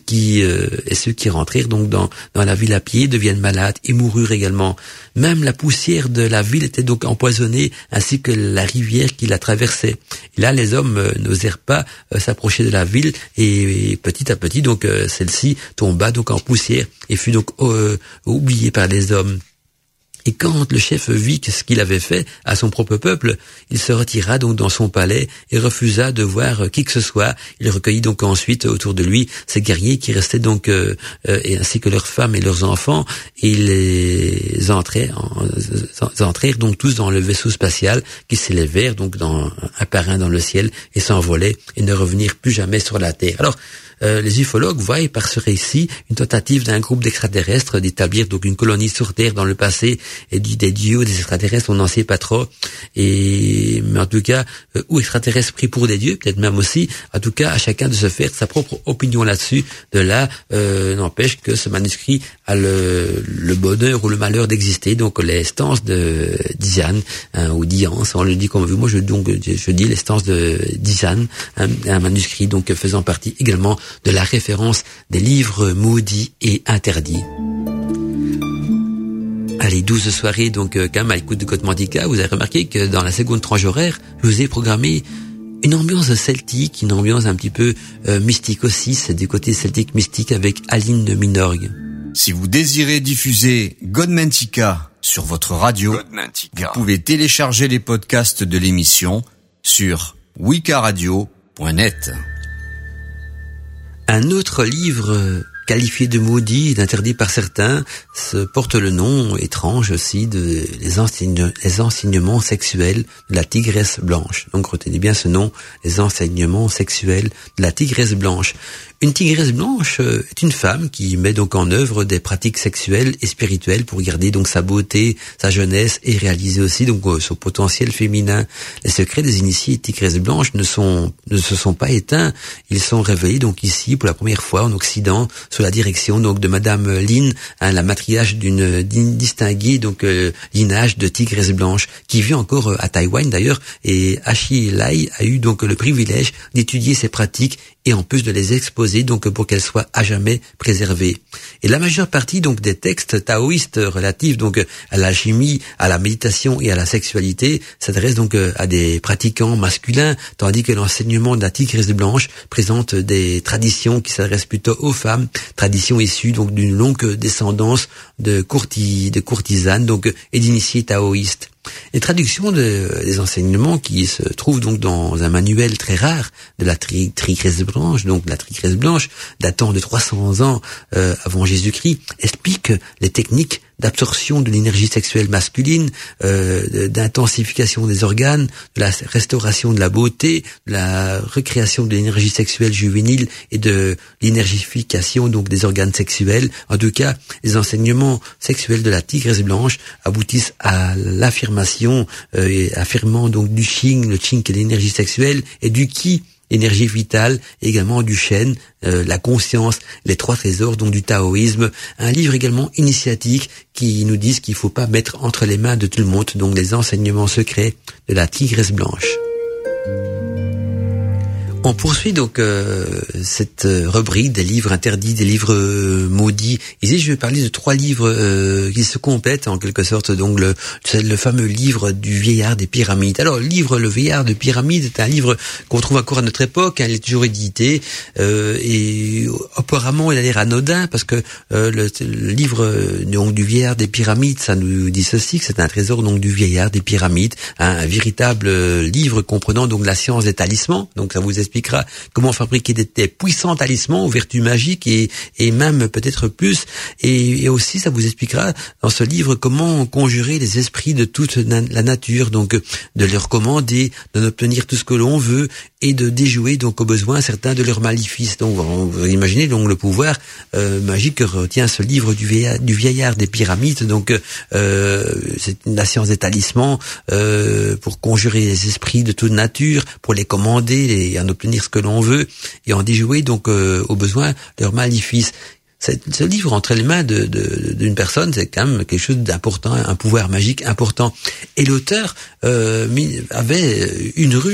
qui rentrèrent donc dans la ville à pied deviennent malades et moururent également. Même la poussière de la ville était donc empoisonnée, ainsi que la rivière qui la traversait. Et là, les hommes n'osèrent pas s'approcher de la ville, et petit à petit, donc celle-ci tomba donc en poussière et fut donc oubliée par les hommes. Et quand le chef vit ce qu'il avait fait à son propre peuple, il se retira donc dans son palais et refusa de voir qui que ce soit. Il recueillit donc ensuite autour de lui ces guerriers qui restaient donc, et ainsi que leurs femmes et leurs enfants, et ils entrèrent donc tous dans le vaisseau spatial qui s'élevèrent donc un par un dans le ciel et s'envolaient et ne revenirent plus jamais sur la Terre. Alors, les ufologues voient par ce récit une tentative d'un groupe d'extraterrestres d'établir donc une colonie sur Terre dans le passé, et des dieux, des extraterrestres, on n'en sait pas trop, mais en tout cas, ou extraterrestres pris pour des dieux, peut-être même aussi, en tout cas, à chacun de se faire sa propre opinion là-dessus. De là, n'empêche que ce manuscrit a le bonheur ou le malheur d'exister, donc les stances de Diane, ou Diane, on le dit comme vous, moi je dis les stances de Diane, un manuscrit donc faisant partie également de la référence des livres maudits et interdits. Allez, 12 soirées, donc quand même à l'écoute de Godmantica, vous avez remarqué que dans la seconde tranche horaire, je vous ai programmé une ambiance celtique, une ambiance un petit peu mystique aussi, c'est du côté celtique mystique avec Aline de Minorgue. Si vous désirez diffuser Godmantica sur votre radio, vous pouvez télécharger les podcasts de l'émission sur wicaradio.net. Un autre livre qualifié de maudit et d'interdit par certains porte le nom étrange aussi de les enseignements sexuels de la tigresse blanche. Donc retenez bien ce nom, les enseignements sexuels de la tigresse blanche. Une tigresse blanche est une femme qui met donc en œuvre des pratiques sexuelles et spirituelles pour garder donc sa beauté, sa jeunesse et réaliser aussi donc son potentiel féminin. Les secrets des initiés tigresses blanches ne se sont pas éteints. Ils sont révélés donc ici pour la première fois en Occident sous la direction donc de Madame Lin, la matriarche d'une distinguée donc lignage de tigresses blanches qui vit encore à Taïwan d'ailleurs, et Ashi Lai a eu donc le privilège d'étudier ces pratiques et en plus de les exposer donc pour qu'elles soient à jamais préservées. Et la majeure partie donc des textes taoïstes relatifs donc à l'alchimie, à la méditation et à la sexualité s'adressent donc à des pratiquants masculins, tandis que l'enseignement de la tigresse blanche présente des traditions qui s'adressent plutôt aux femmes, traditions issues donc d'une longue descendance de courtisanes donc et d'initiés taoïstes. Les traductions des enseignements qui se trouvent donc dans un manuel très rare de la tigresse blanche, donc la tigresse blanche datant de 300 ans avant Jésus-Christ, expliquent les techniques d'absorption de l'énergie sexuelle masculine, d'intensification des organes, de la restauration de la beauté, de la recréation de l'énergie sexuelle juvénile et de l'énergification donc des organes sexuels. En tout cas, les enseignements sexuels de la tigresse blanche aboutissent à l'affirmation, affirmant donc du Qing, le Qing qui est l'énergie sexuelle, et du Qi, énergie vitale, également du Shen, la conscience, les trois trésors donc du taoïsme. Un livre également initiatique qui nous dit qu'il faut pas mettre entre les mains de tout le monde donc les enseignements secrets de la tigresse blanche. On poursuit donc cette rubrique des livres interdits, des livres maudits. Ici, je vais parler de 3 livres qui se complètent en quelque sorte. Donc le fameux livre du vieillard des pyramides. Alors, le livre Le vieillard des pyramides est un livre qu'on trouve encore à notre époque. Il est toujours édité et apparemment il a l'air anodin parce que le livre donc du vieillard des pyramides, ça nous dit ceci, que c'est un trésor donc du vieillard des pyramides, un véritable livre comprenant donc la science des talismans. Donc ça vous expliquera comment fabriquer des puissants talismans aux vertus magiques et même peut-être plus. Et aussi, ça vous expliquera dans ce livre comment conjurer les esprits de toute la nature, donc de leur commander, d'obtenir tout ce que l'on veut et de déjouer donc au besoin certains de leurs maléfices. Donc vous imaginez donc le pouvoir magique que retient ce livre du vieillard des pyramides. Donc c'est la science des talismans pour conjurer les esprits de toute nature, pour les commander et en obtenir ce que l'on veut et en déjouer donc au besoin leurs maléfices. Ce livre entre les mains d'une personne, c'est quand même quelque chose d'important, un pouvoir magique important. Et l'auteur avait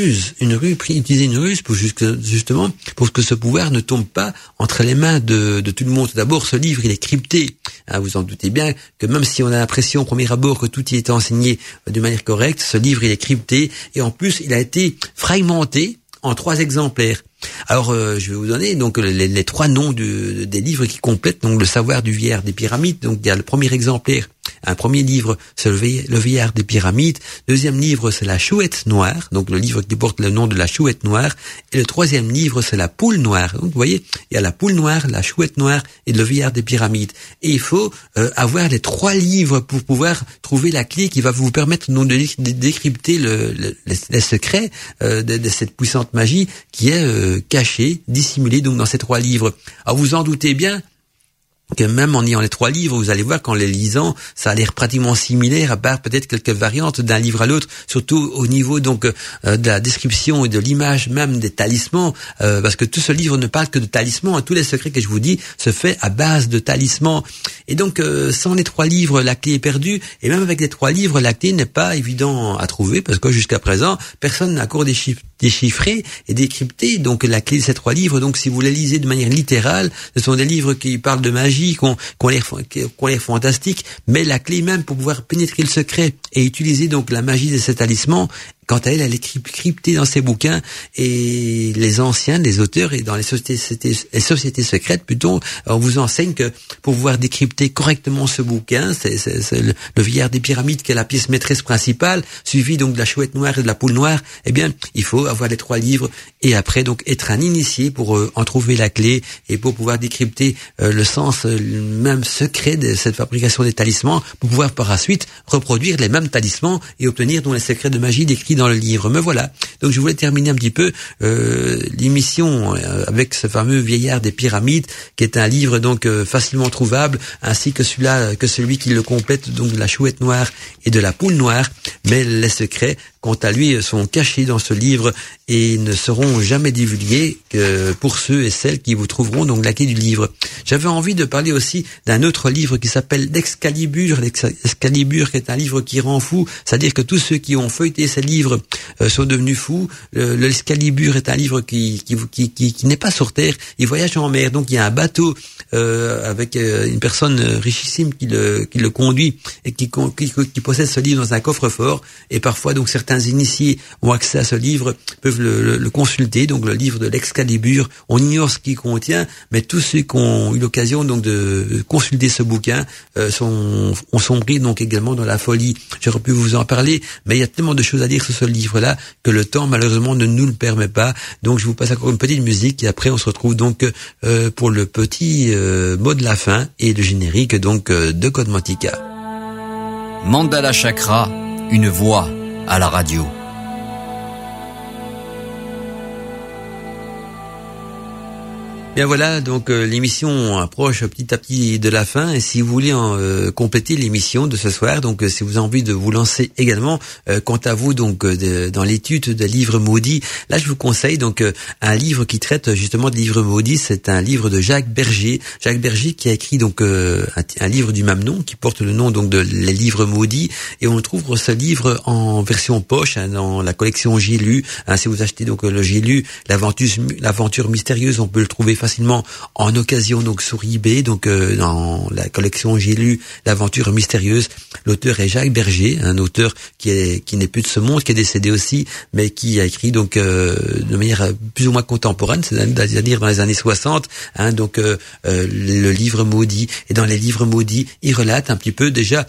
utilisé une ruse pour justement pour que ce pouvoir ne tombe pas entre les mains de tout le monde. D'abord, ce livre, il est crypté. Vous en doutez bien que même si on a l'impression au premier abord que tout y est enseigné de manière correcte, ce livre, il est crypté et en plus, il a été fragmenté en 3 exemplaires. Alors, je vais vous donner donc les 3 noms des livres qui complètent donc le savoir du vieillard des pyramides. Donc, il y a le premier exemplaire. Un premier livre, c'est le vieillard des pyramides. Deuxième livre, c'est la chouette noire. Donc, le livre qui porte le nom de la chouette noire. Et le troisième livre, c'est la poule noire. Donc, vous voyez, il y a la poule noire, la chouette noire et le vieillard des pyramides. Et il faut avoir les 3 livres pour pouvoir trouver la clé qui va vous permettre donc de décrypter les secrets de cette puissante magie qui est cachée, dissimulée donc dans ces 3 livres. Alors, vous en doutez bien que même en ayant les 3 livres, vous allez voir qu'en les lisant, ça a l'air pratiquement similaire, à part peut-être quelques variantes d'un livre à l'autre, surtout au niveau donc de la description et de l'image même des talismans, parce que tout ce livre ne parle que de talismans. Tous les secrets que je vous dis se fait à base de talismans. Et donc, sans les 3 livres, la clé est perdue. Et même avec les 3 livres, la clé n'est pas évident à trouver, parce que jusqu'à présent, personne n'a encore déchiffré et décrypté donc la clé de ces 3 livres. Donc, si vous les lisez de manière littérale, ce sont des livres qui parlent de magie, qu'on l'air fantastique, mais la clé même pour pouvoir pénétrer le secret et utiliser donc la magie de ces talismans, quant à elle est cryptée dans ses bouquins, et les anciens, les auteurs et dans les sociétés secrètes plutôt, on vous enseigne que pour pouvoir décrypter correctement ce bouquin, c'est le vieillard des pyramides qui est la pièce maîtresse principale, suivi donc de la chouette noire et de la poule noire. Eh bien, il faut avoir les 3 livres et après donc être un initié pour en trouver la clé et pour pouvoir décrypter le sens même secret de cette fabrication des talismans, pour pouvoir par la suite reproduire les mêmes talismans et obtenir donc les secrets de magie décrits dans le livre. Mais voilà. Donc je voulais terminer un petit peu l'émission avec ce fameux vieillard des pyramides, qui est un livre donc facilement trouvable, ainsi que celui qui le complète, donc de la chouette noire et de la poule noire. Mais les secrets, quant à lui, sont cachés dans ce livre et ne seront jamais divulgués que pour ceux et celles qui vous trouveront donc la clé du livre. J'avais envie de parler aussi d'un autre livre qui s'appelle l'Excalibur. L'Excalibur, qui est un livre qui rend fou, c'est-à-dire que tous ceux qui ont feuilleté ces livres sont devenus fous. L'Excalibur est un livre qui n'est pas sur terre, il voyage en mer. Donc il y a un bateau avec une personne richissime qui le conduit et qui possède ce livre dans un coffre-fort, et parfois donc certains initiés ont accès à ce livre, peuvent le consulter. Donc le livre de l'Excalibur, on ignore ce qu'il contient, mais tous ceux qui ont eu l'occasion donc de consulter ce bouquin ont sombré donc également dans la folie. J'aurais pu vous en parler, mais il y a tellement de choses à dire sur ce livre-là que le temps malheureusement ne nous le permet pas. Donc je vous passe encore une petite musique et après on se retrouve donc pour le petit mot de la fin et le générique donc de Godmantica. Mandala Chakra, une voix à la radio. Bien voilà, donc l'émission approche petit à petit de la fin, et si vous voulez compléter l'émission de ce soir, donc si vous avez envie de vous lancer également, quant à vous donc dans l'étude des livres maudits, là je vous conseille donc un livre qui traite justement de livres maudits. C'est un livre de Jacques Berger qui a écrit donc un livre du même nom qui porte le nom donc de Les Livres Maudits, et on trouve ce livre en version poche dans la collection J'ai lu. Si vous achetez donc le J'ai lu, l'aventure mystérieuse, on peut le trouver facilement en occasion donc sur eBay, donc dans la collection J'ai lu l'aventure mystérieuse. L'auteur est Jacques Berger, un auteur qui n'est plus de ce monde, qui est décédé aussi, mais qui a écrit donc de manière plus ou moins contemporaine, c'est-à-dire dans les années 60, le livre maudit. Et dans les livres maudits, il relate un petit peu déjà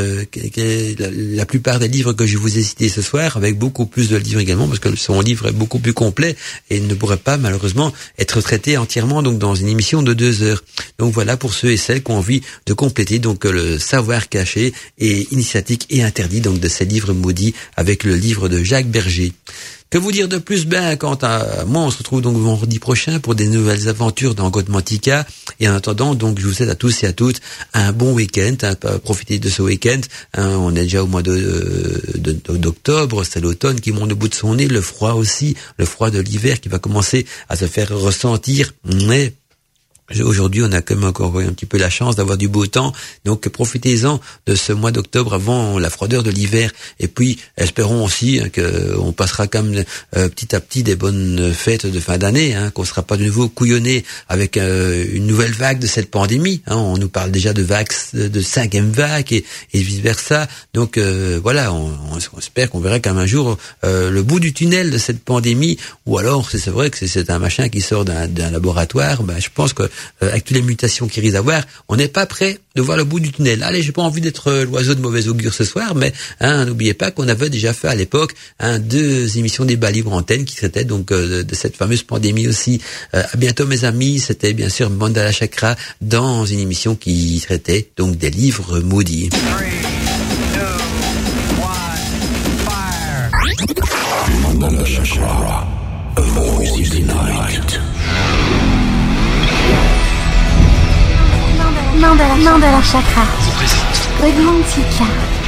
la plupart des livres que je vous ai cités ce soir, avec beaucoup plus de livres également, parce que son livre est beaucoup plus complet et ne pourrait pas malheureusement être traité entièrement donc dans une émission de 2 heures. Donc voilà pour ceux et celles qui ont envie de compléter donc le savoir caché et initiatique et interdit donc de ces livres maudits avec le livre de Jacques Berger. Que vous dire de plus? Ben, quant à moi, on se retrouve donc vendredi prochain pour des nouvelles aventures dans Godmantica. Et en attendant, donc, je vous souhaite à tous et à toutes un bon week-end. Profitez de ce week-end. On est déjà au mois d'octobre. C'est l'automne qui monte au bout de son nez. Le froid aussi. Le froid de l'hiver qui va commencer à se faire ressentir. Mais aujourd'hui, on a quand même encore un petit peu la chance d'avoir du beau temps. Donc, profitez-en de ce mois d'octobre avant la froideur de l'hiver. Et puis, espérons aussi qu'on passera quand même petit à petit des bonnes fêtes de fin d'année, qu'on ne sera pas de nouveau couillonné avec une nouvelle vague de cette pandémie. On nous parle déjà de 5e vague et vice-versa. Donc, voilà, on espère qu'on verra quand même un jour le bout du tunnel de cette pandémie. Ou alors, c'est vrai que c'est un machin qui sort d'un laboratoire. Ben, je pense que avec toutes les mutations qu'il risque d'avoir, on n'est pas prêt de voir le bout du tunnel. Allez, j'ai pas envie d'être l'oiseau de mauvais augure ce soir, mais n'oubliez pas qu'on avait déjà fait à l'époque 2 émissions débat libre antenne qui traitaient donc de cette fameuse pandémie aussi. À bientôt mes amis, c'était bien sûr Mandala Chakra dans une émission qui traitait donc des livres maudits. 3, 2, 1, fire. Mandala Chakra, a voice in the night. Mandala Chakra. Godmantica.